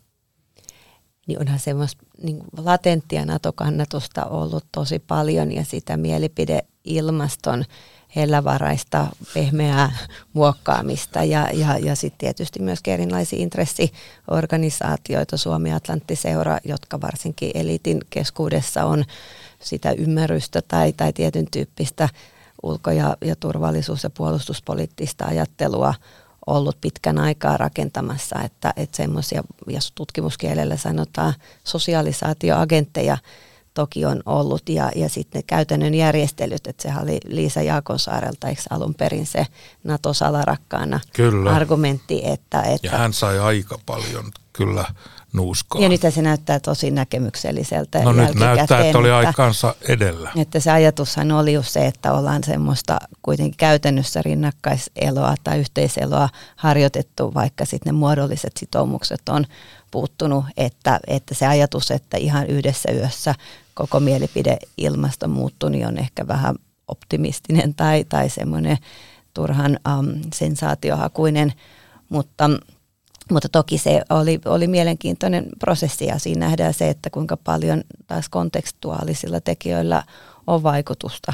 Niin onhan semmoista niin latenttia NATO-kannatusta ollut tosi paljon ja sitä mielipideilmaston hellävaraista, pehmeää muokkaamista ja, ja, ja sitten tietysti myös erilaisia intressiorganisaatioita, Suomi-Atlantti-seura, jotka varsinkin eliitin keskuudessa on sitä ymmärrystä tai, tai tietyn tyyppistä ulko- ja, ja turvallisuus- ja puolustuspoliittista ajattelua ollut pitkän aikaa rakentamassa, että, että semmoisia, jos tutkimuskielellä sanotaan sosialisaatioagentteja toki on ollut ja, ja sitten ne käytännön järjestelyt, että sehän oli Liisa Jaakonsaarelta, eikö alun perin se NATO-salarakkaana
kyllä.
argumentti. Että, että,
ja hän sai aika paljon kyllä nuuskaa.
Ja nyt se näyttää tosi näkemykselliseltä.
No nyt näyttää, että oli aikaansa edellä.
Että se ajatushan oli just se, että ollaan semmoista kuitenkin käytännössä rinnakkaiseloa tai yhteiseloa harjoitettu, vaikka sitten ne muodolliset sitoumukset on puuttunut, että, että se ajatus, että ihan yhdessä yössä koko mielipideilmasto muuttui, niin on ehkä vähän optimistinen tai, tai semmoinen turhan um, sensaatiohakuinen, mutta Mutta toki se oli, oli mielenkiintoinen prosessi ja siinä nähdään se, että kuinka paljon taas kontekstuaalisilla tekijöillä on vaikutusta.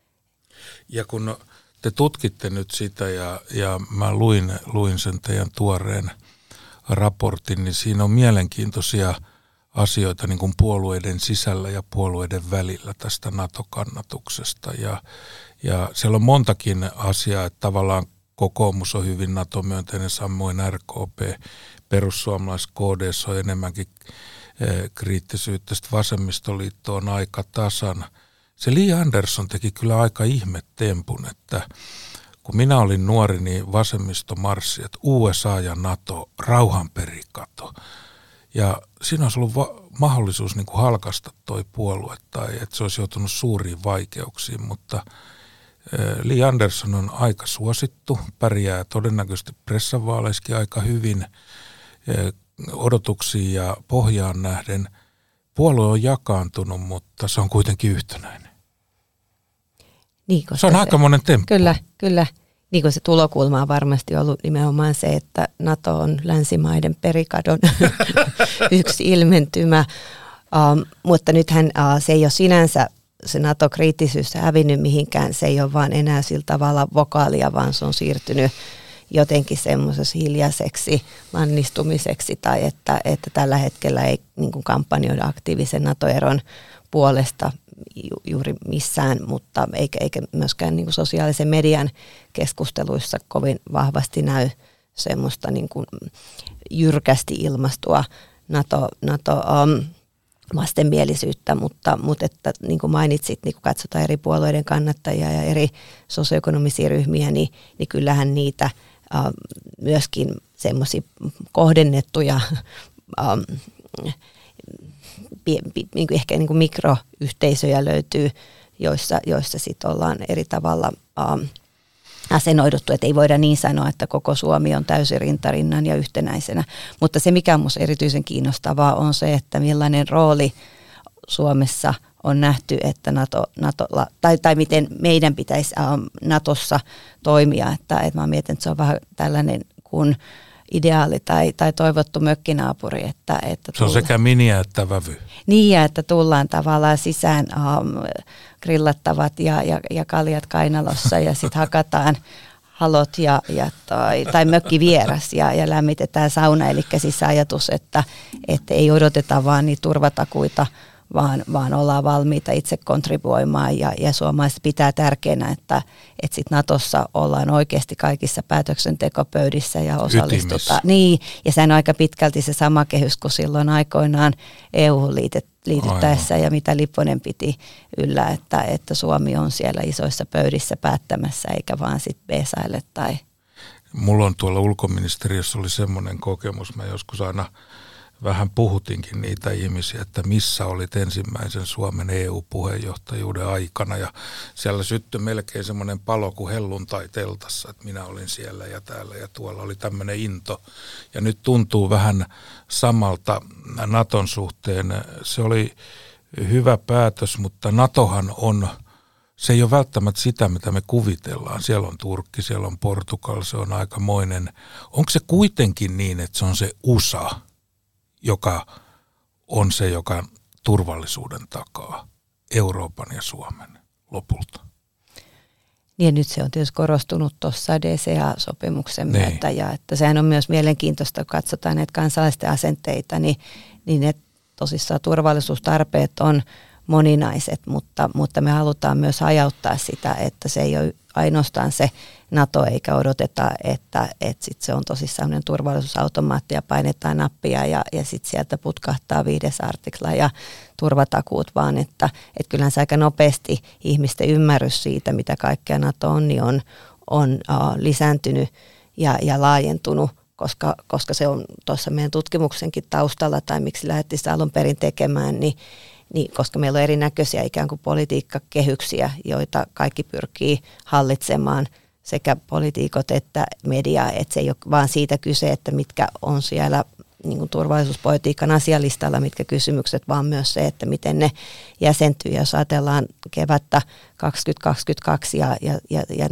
Ja kun te tutkitte nyt sitä ja, ja mä luin, luin sen teidän tuoreen raportin, niin siinä on mielenkiintoisia asioita niin kuin puolueiden sisällä ja puolueiden välillä tästä NATO-kannatuksesta. Ja, ja siellä on montakin asiaa, että tavallaan kokoomus on hyvin NATO-myönteinen, samoin R K P, perussuomalaiset, K D S on enemmänkin eh, kriittisyyttä, sitten vasemmistoliitto on aika tasan. Se Li Andersson teki kyllä aika ihmetempun, että kun minä olin nuori, niin vasemmisto marssi, että U S A ja NATO, rauhanperikato. Ja siinä olisi ollut va- mahdollisuus niin kuin halkaista toi puolue tai että se olisi joutunut suuriin vaikeuksiin, mutta Li Andersson on aika suosittu, pärjää todennäköisesti pressavaaleissakin aika hyvin odotuksiin ja pohjaan nähden. Puolue on jakaantunut, mutta se on kuitenkin yhtenäinen.
Niin,
se on se, aika monen temppu.
Kyllä, kyllä. Niin kuin se tulokulma on varmasti ollut nimenomaan se, että NATO on länsimaiden perikadon yksi ilmentymä, um, mutta nythän uh, se ei ole sinänsä se NATO-kriittisyys hävinnyt mihinkään, se ei ole vaan enää sillä tavalla vokaalia, vaan se on siirtynyt jotenkin semmoisessa hiljaiseksi lannistumiseksi tai että, että tällä hetkellä ei niin kuin kampanjoida aktiivisen NATO-eron puolesta ju, juuri missään, mutta eikä, eikä myöskään niin kuin sosiaalisen median keskusteluissa kovin vahvasti näy semmoista niin kuin jyrkästi ilmastua NATO, NATO um, vastenmielisyyttä, mutta, mutta että, niin kuin mainitsit, niin kun katsotaan eri puolueiden kannattajia ja eri sosioekonomisia ryhmiä, niin, niin kyllähän niitä äh, myöskin semmoisia kohdennettuja ähm, pie, pie, niin kuin ehkä niin kuin mikroyhteisöjä löytyy, joissa, joissa sit ollaan eri tavalla ähm, asennoiduttu, että ei voida niin sanoa, että koko Suomi on täysin rintarinnan ja yhtenäisenä. Mutta se, mikä on minusta erityisen kiinnostavaa, on se, että millainen rooli Suomessa on nähty, että NATO, NATO tai, tai miten meidän pitäisi ähm, Natossa toimia. Että, että mä mietin, että se on vähän tällainen kuin ideaali tai, tai toivottu mökkinaapuri. Että, että
se on tulla, sekä miniä että vävy.
Niin, ja että tullaan tavallaan sisään ähm, grillattavat ja, ja, ja kaljat kainalossa ja sitten hakataan halot ja, ja tai, tai mökkivieras ja, ja lämmitetään sauna. Eli siis ajatus, että, että ei odoteta vaan niitä turvatakuita, vaan, vaan ollaan valmiita itse kontribuoimaan ja, ja suomalaiset pitää tärkeänä, että, että sit Natossa ollaan oikeasti kaikissa päätöksentekopöydissä ja osallistutaan. Niin, ja sehän on aika pitkälti se sama kehys kuin silloin aikoinaan E U-hun liitet, liityttäessä Aivan. ja mitä Lipponen piti yllä, että, että Suomi on siellä isoissa pöydissä päättämässä eikä vaan sitten beesaile tai...
Mulla on tuolla ulkoministeriössä oli semmoinen kokemus, mä joskus aina vähän puhutinkin niitä ihmisiä, että missä olit ensimmäisen Suomen E U-puheenjohtajuuden aikana ja siellä syttyi melkein semmoinen palo kuin helluntai-teltassa, että minä olin siellä ja täällä ja tuolla oli tämmöinen into ja nyt tuntuu vähän samalta Naton suhteen. Se oli hyvä päätös, mutta Natohan on, se ei ole välttämättä sitä, mitä me kuvitellaan. Siellä on Turkki, siellä on Portugal, se on aikamoinen. Onko se kuitenkin niin, että se on se U S A, joka on se, joka turvallisuuden takaa Euroopan ja Suomen lopulta?
Niin ja nyt se on tietysti korostunut tuossa D C A-sopimuksen
niin.
myötä ja että sehän on myös mielenkiintoista, kun katsotaan näitä kansalaisten asenteita, niin, niin ne tosissaan turvallisuustarpeet on moninaiset, mutta, mutta me halutaan myös hajauttaa sitä, että se ei ole ainoastaan se NATO, eikä odoteta, että, että sit se on tosissaan turvallisuusautomaatti ja painetaan nappia ja, ja sitten sieltä putkahtaa viides artikla ja turvatakuut, vaan että, että kyllähän se aika nopeasti ihmisten ymmärrys siitä, mitä kaikkea NATO on, niin on, on uh, lisääntynyt ja, ja laajentunut, koska, koska se on tuossa meidän tutkimuksenkin taustalla tai miksi lähdettiin sitä alun perin tekemään, niin Niin, koska meillä on erinäköisiä ikään kuin politiikkakehyksiä, joita kaikki pyrkii hallitsemaan, sekä poliitikot että media, että se ei ole vaan siitä kyse, että mitkä on siellä niin kuin turvallisuuspolitiikan asialistalla, mitkä kysymykset, vaan myös se, että miten ne jäsentyy. Jos ajatellaan kevättä kaksituhattakaksikymmentäkaksi ja, ja, ja, ja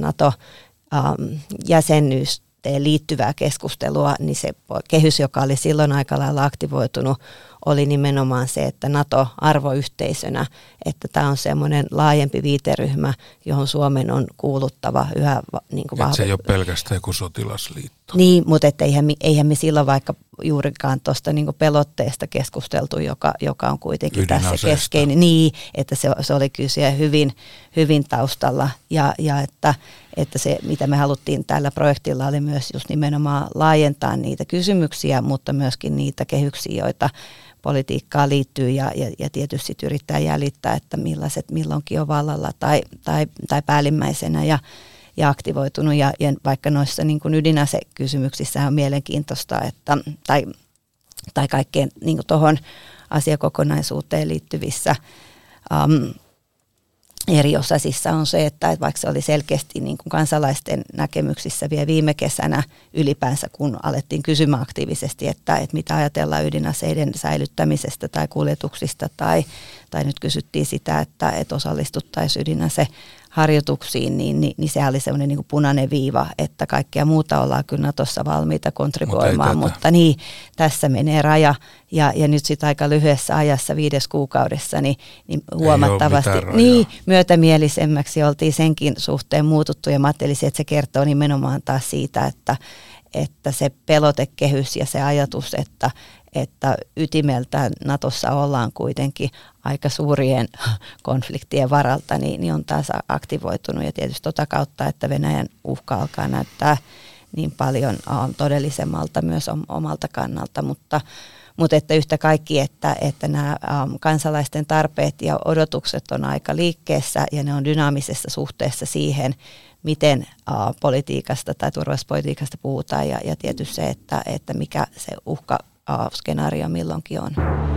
NATO-jäsenyys, liittyvää keskustelua, niin se kehys, joka oli silloin aika lailla aktivoitunut, oli nimenomaan se, että NATO arvoyhteisönä, että tämä on semmoinen laajempi viiteryhmä, johon Suomen on kuuluttava yhä niin kuin vahvemmin.
Se ei ole pelkästään joku sotilasliitto.
Niin, mutta että eihän, me, eihän me silloin vaikka juurikaan tuosta niin kuin pelotteesta keskusteltu, joka, joka on kuitenkin tässä keskeinen. Niin, että se, se oli kyllä siellä hyvin, hyvin taustalla ja, ja että, että se, mitä me haluttiin tällä projektilla, oli myös just nimenomaan laajentaa niitä kysymyksiä, mutta myöskin niitä kehyksiä, joita politiikkaan liittyy ja, ja, ja tietysti sit yrittää jäljittää, että millaiset milloinkin on vallalla tai, tai, tai päällimmäisenä ja, ja aktivoitunut. Ja, ja vaikka noissa niin kuin ydinasekysymyksissä on mielenkiintoista, että, tai, tai kaikkeen niin kuin tuohon asiakokonaisuuteen liittyvissä um, eri osasissa on se, että vaikka se oli selkeästi niin kuin kansalaisten näkemyksissä vielä viime kesänä ylipäänsä, kun alettiin kysymään aktiivisesti, että, että mitä ajatellaan ydinaseiden säilyttämisestä tai kuljetuksista, tai, tai nyt kysyttiin sitä, että, että osallistuttaisiin ydinase harjoituksiin, niin, niin, niin se oli semmoinen niin kuin punainen viiva, että kaikkea muuta ollaan kyllä Natossa valmiita kontribuoimaan, mutta, mutta niin, tässä menee raja. Ja, ja nyt sitten aika lyhyessä ajassa, viides kuukaudessa, niin, niin huomattavasti niin, myötämielisemmäksi oltiin senkin suhteen muututtu. Ja mä ajattelisin, että se kertoo nimenomaan taas siitä, että, että se pelotekehys ja se ajatus, että, että ytimeltään Natossa ollaan kuitenkin aika suurien konfliktien varalta, niin, niin on taas aktivoitunut. Ja tietysti tota kautta, että Venäjän uhka alkaa näyttää niin paljon uh, todellisemmalta myös omalta kannalta, mutta Mutta että yhtä kaikki, että, että nämä um, kansalaisten tarpeet ja odotukset on aika liikkeessä ja ne on dynaamisessa suhteessa siihen, miten uh, politiikasta tai turvallisuuspolitiikasta puhutaan ja, ja tietysti se, että, että mikä se uhkaskenaario uh, milloinkin on.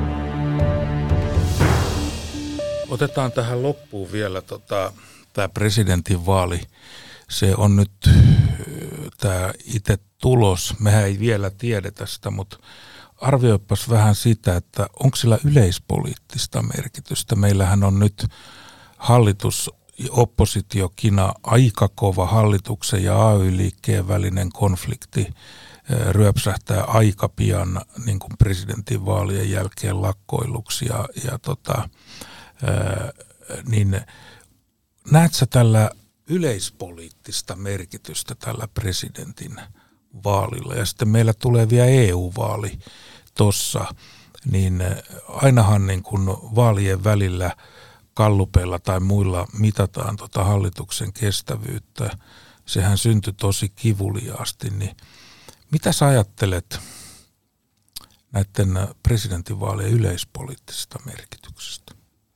Otetaan tähän loppuun vielä tota, tämä presidentinvaali. Se on nyt tämä itse tulos. Mehän ei vielä tiedetä sitä, mutta arvioipas vähän sitä, että onko sillä yleispoliittista merkitystä. Meillähän on nyt hallitus ja oppositiokina aika kova, hallituksen ja A Y-liikkeen välinen konflikti ryöpsähtää aika pian niin kuin presidentinvaalien jälkeen lakkoiluksi. Ja, ja tota, ää, niin näetkö sä tällä yleispoliittista merkitystä tällä presidentin vaalilla? Ja sitten meillä tulee vielä E U-vaali tuossa, niin ainahan niin kuin vaalien välillä gallupeilla tai muilla mitataan tota hallituksen kestävyyttä. Sehän syntyi tosi kivuliaasti. Niin mitä sä ajattelet näiden presidentinvaalien yleispoliittisesta merkityksestä?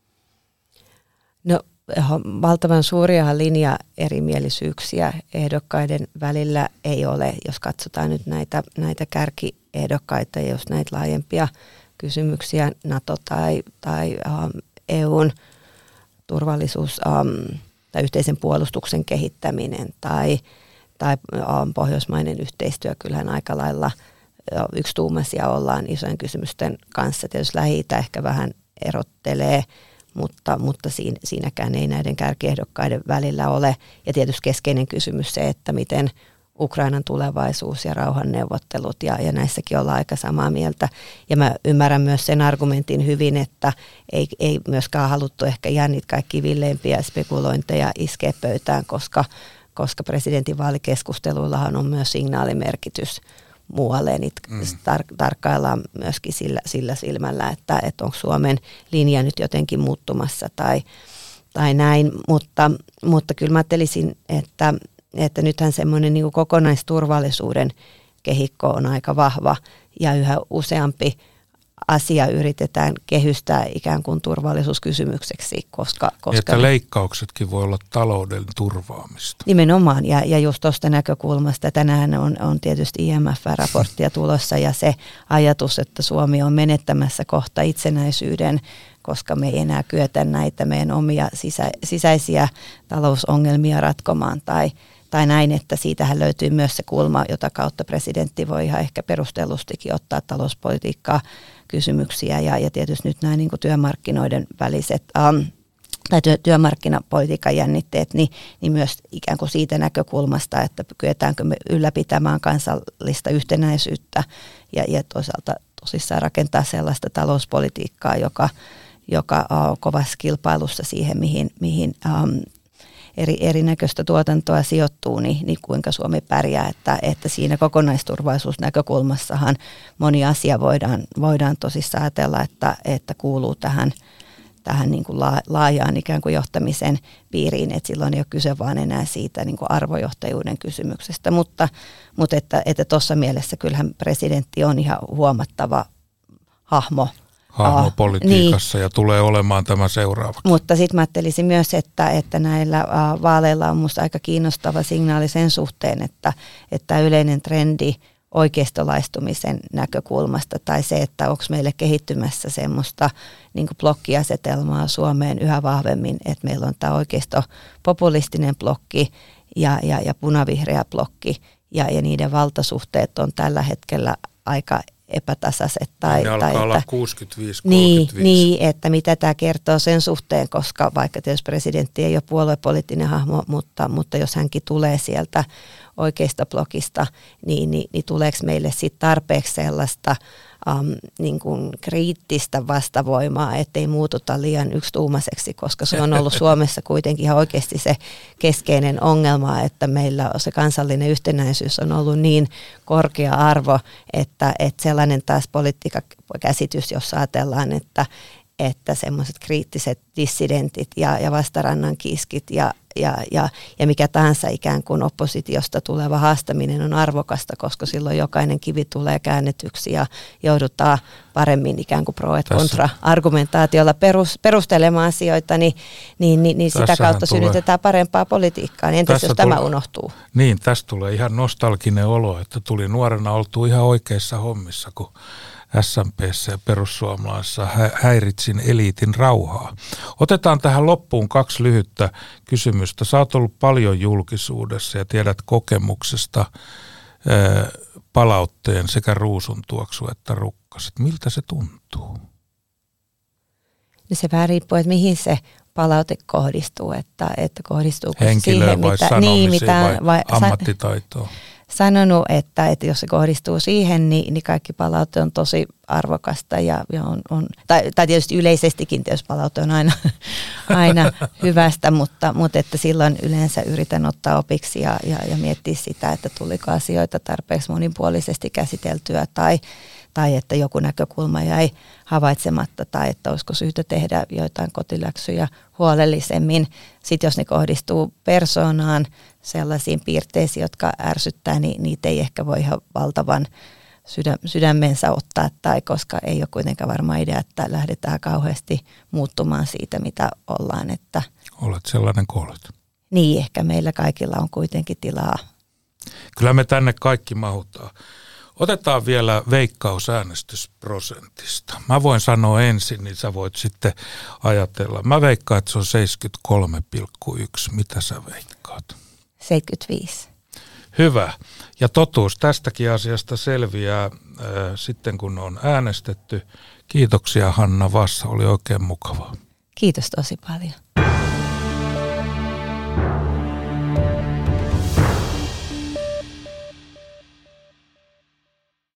No valtavan suuria linjaerimielisyyksiä ehdokkaiden välillä ei ole, jos katsotaan nyt näitä, näitä kärkiehdokkaita ja jos näitä laajempia kysymyksiä NATO tai, tai um, E U:n turvallisuus um, tai yhteisen puolustuksen kehittäminen tai, tai um, pohjoismainen yhteistyö, kyllähän aika lailla yksituumaisia ollaan isojen kysymysten kanssa. Tietysti Lähi-itä ehkä vähän erottelee, mutta, mutta siinä, siinäkään ei näiden kärkiehdokkaiden välillä ole. Ja tietysti keskeinen kysymys se, että miten Ukrainan tulevaisuus ja rauhanneuvottelut, ja, ja näissäkin ollaan aika samaa mieltä. Ja mä ymmärrän myös sen argumentin hyvin, että ei, ei myöskään haluttu ehkä jännit kaikki villeimpiä spekulointeja iskeä pöytään, koska, koska presidentinvaalikeskusteluillahan on myös signaalimerkitys muualle. Niitä mm. tar- tarkkaillaan myöskin sillä, sillä silmällä, että, että onko Suomen linja nyt jotenkin muuttumassa tai, tai näin. Mutta, mutta kyllä mä ajattelisin, että, että nythän semmoinen niin kuin kokonaisturvallisuuden kehikko on aika vahva ja yhä useampi asia yritetään kehystää ikään kuin turvallisuuskysymykseksi, koska... koska
että leikkauksetkin voi olla talouden turvaamista.
Nimenomaan, ja, ja just tuosta näkökulmasta tänään on, on tietysti I M F-raporttia tulossa, ja se ajatus, että Suomi on menettämässä kohta itsenäisyyden, koska me ei enää kyetä näitä meidän omia sisä, sisäisiä talousongelmia ratkomaan, tai Tai näin, että siitähän löytyy myös se kulma, jota kautta presidentti voi ihan ehkä perustellustikin ottaa talouspolitiikkaa kysymyksiä. Ja, ja tietysti nyt nämä niin kuin työmarkkinoiden väliset um, tai työ, työmarkkinapolitiikan jännitteet, niin, niin myös ikään kuin siitä näkökulmasta, että kyetäänkö me ylläpitämään kansallista yhtenäisyyttä ja, ja toisaalta tosissaan rakentaa sellaista talouspolitiikkaa, joka, joka on kovassa kilpailussa siihen, mihin, mihin um, eri, erinäköistä tuotantoa sijoittuu, niin, niin kuinka Suomi pärjää, että, että siinä kokonaisturvallisuusnäkökulmassahan moni asia voidaan, voidaan tosissaan ajatella, että, että kuuluu tähän, tähän niin kuin laajaan ikään kuin johtamisen piiriin, että silloin ei ole kyse vaan enää siitä niin kuin arvojohtajuuden kysymyksestä, mutta, mutta että, että tuossa mielessä kyllähän presidentti on ihan huomattava hahmo,
hahmo politiikassa niin, ja tulee olemaan tämä seuraavaksi.
Mutta sitten mä ajattelisin myös, että, että näillä uh, vaaleilla on musta aika kiinnostava signaali sen suhteen, että, että yleinen trendi oikeistolaistumisen näkökulmasta tai se, että onko meille kehittymässä semmoista niin kuin blokkiasetelmaa Suomeen yhä vahvemmin, että meillä on tämä oikeistopopulistinen blokki ja, ja, ja punavihreä blokki ja, ja niiden valtasuhteet on tällä hetkellä aika epätasaiset. Tai,
ne
tai
alkaa
että,
olla kuusikymmentäviisi kolmekymmentäviisi.
Niin, niin, että mitä tämä kertoo sen suhteen, koska vaikka tietysti presidentti ei ole puoluepoliittinen hahmo, mutta, mutta jos hänkin tulee sieltä oikeista blokista, niin, niin, niin tuleeko meille sitten tarpeeksi sellaista Um, niin kuin kriittistä vastavoimaa, ettei muututa liian yksituumaiseksi, koska se on ollut Suomessa kuitenkin ihan oikeasti se keskeinen ongelma, että meillä se kansallinen yhtenäisyys on ollut niin korkea arvo, että, että sellainen taas politiikkakäsitys, jos ajatellaan, että että semmoiset kriittiset dissidentit ja, ja vastarannan kiskit ja, ja, ja, ja mikä tahansa ikään kuin oppositiosta tuleva haastaminen on arvokasta, koska silloin jokainen kivi tulee käännetyksi ja joudutaan paremmin ikään kuin pro et contra argumentaatiolla perus, perustelemaan asioita, niin, niin, niin, niin sitä kautta tulee synnytetään parempaa politiikkaa. Entäs tässä jos tulee, tämä unohtuu?
Niin, tästä tulee ihan nostalginen olo, että tuli nuorena oltu ihan oikeissa hommissa, kun S M P:ssä ja perussuomalaisissa häiritsin eliitin rauhaa. Otetaan tähän loppuun kaksi lyhyttä kysymystä. Sä oot ollut paljon julkisuudessa ja tiedät kokemuksesta ää, palautteen sekä ruusun tuoksu että rukkaset. Miltä se tuntuu?
No se vähän riippuu, että mihin se palaute kohdistuu, että, että kohdistuu
henkilöön
siihen,
vai
mitä,
sanomisiin
niin, mitä,
vai, vai ammattitaitoon?
Sanonut, että, että jos se kohdistuu siihen, niin, niin kaikki palaute on tosi arvokasta ja, ja on, on tai, tai tietysti yleisestikin tietysti palaute on aina, aina hyvästä, mutta, mutta että silloin yleensä yritän ottaa opiksi ja, ja, ja miettiä sitä, että tuliko asioita tarpeeksi monipuolisesti käsiteltyä tai, tai että joku näkökulma jäi havaitsematta tai että olisiko syytä tehdä joitain kotiläksyjä huolellisemmin. Sitten jos ne kohdistuu persoonaan, sellaisiin piirteisiin, jotka ärsyttää, niin niitä ei ehkä voi ihan valtavan sydä, sydämensä ottaa, tai koska ei ole kuitenkaan varmaan idea, että lähdetään kauheasti muuttumaan siitä, mitä ollaan. Että
olet sellainen kuin olet.
Niin, ehkä meillä kaikilla on kuitenkin tilaa.
Kyllä me tänne kaikki mahutaan. Otetaan vielä veikkaus äänestysprosentista. Mä voin sanoa ensin, niin sä voit sitten ajatella. Mä veikkaan, että se on seitsemänkymmentäkolme pilkku yksi. Mitä sä veikkaat?
seitsemänkymmentäviisi.
Hyvä. Ja totuus tästäkin asiasta selviää äh, sitten, kun on äänestetty. Kiitoksia Hanna Vassa, oli oikein mukavaa.
Kiitos tosi paljon.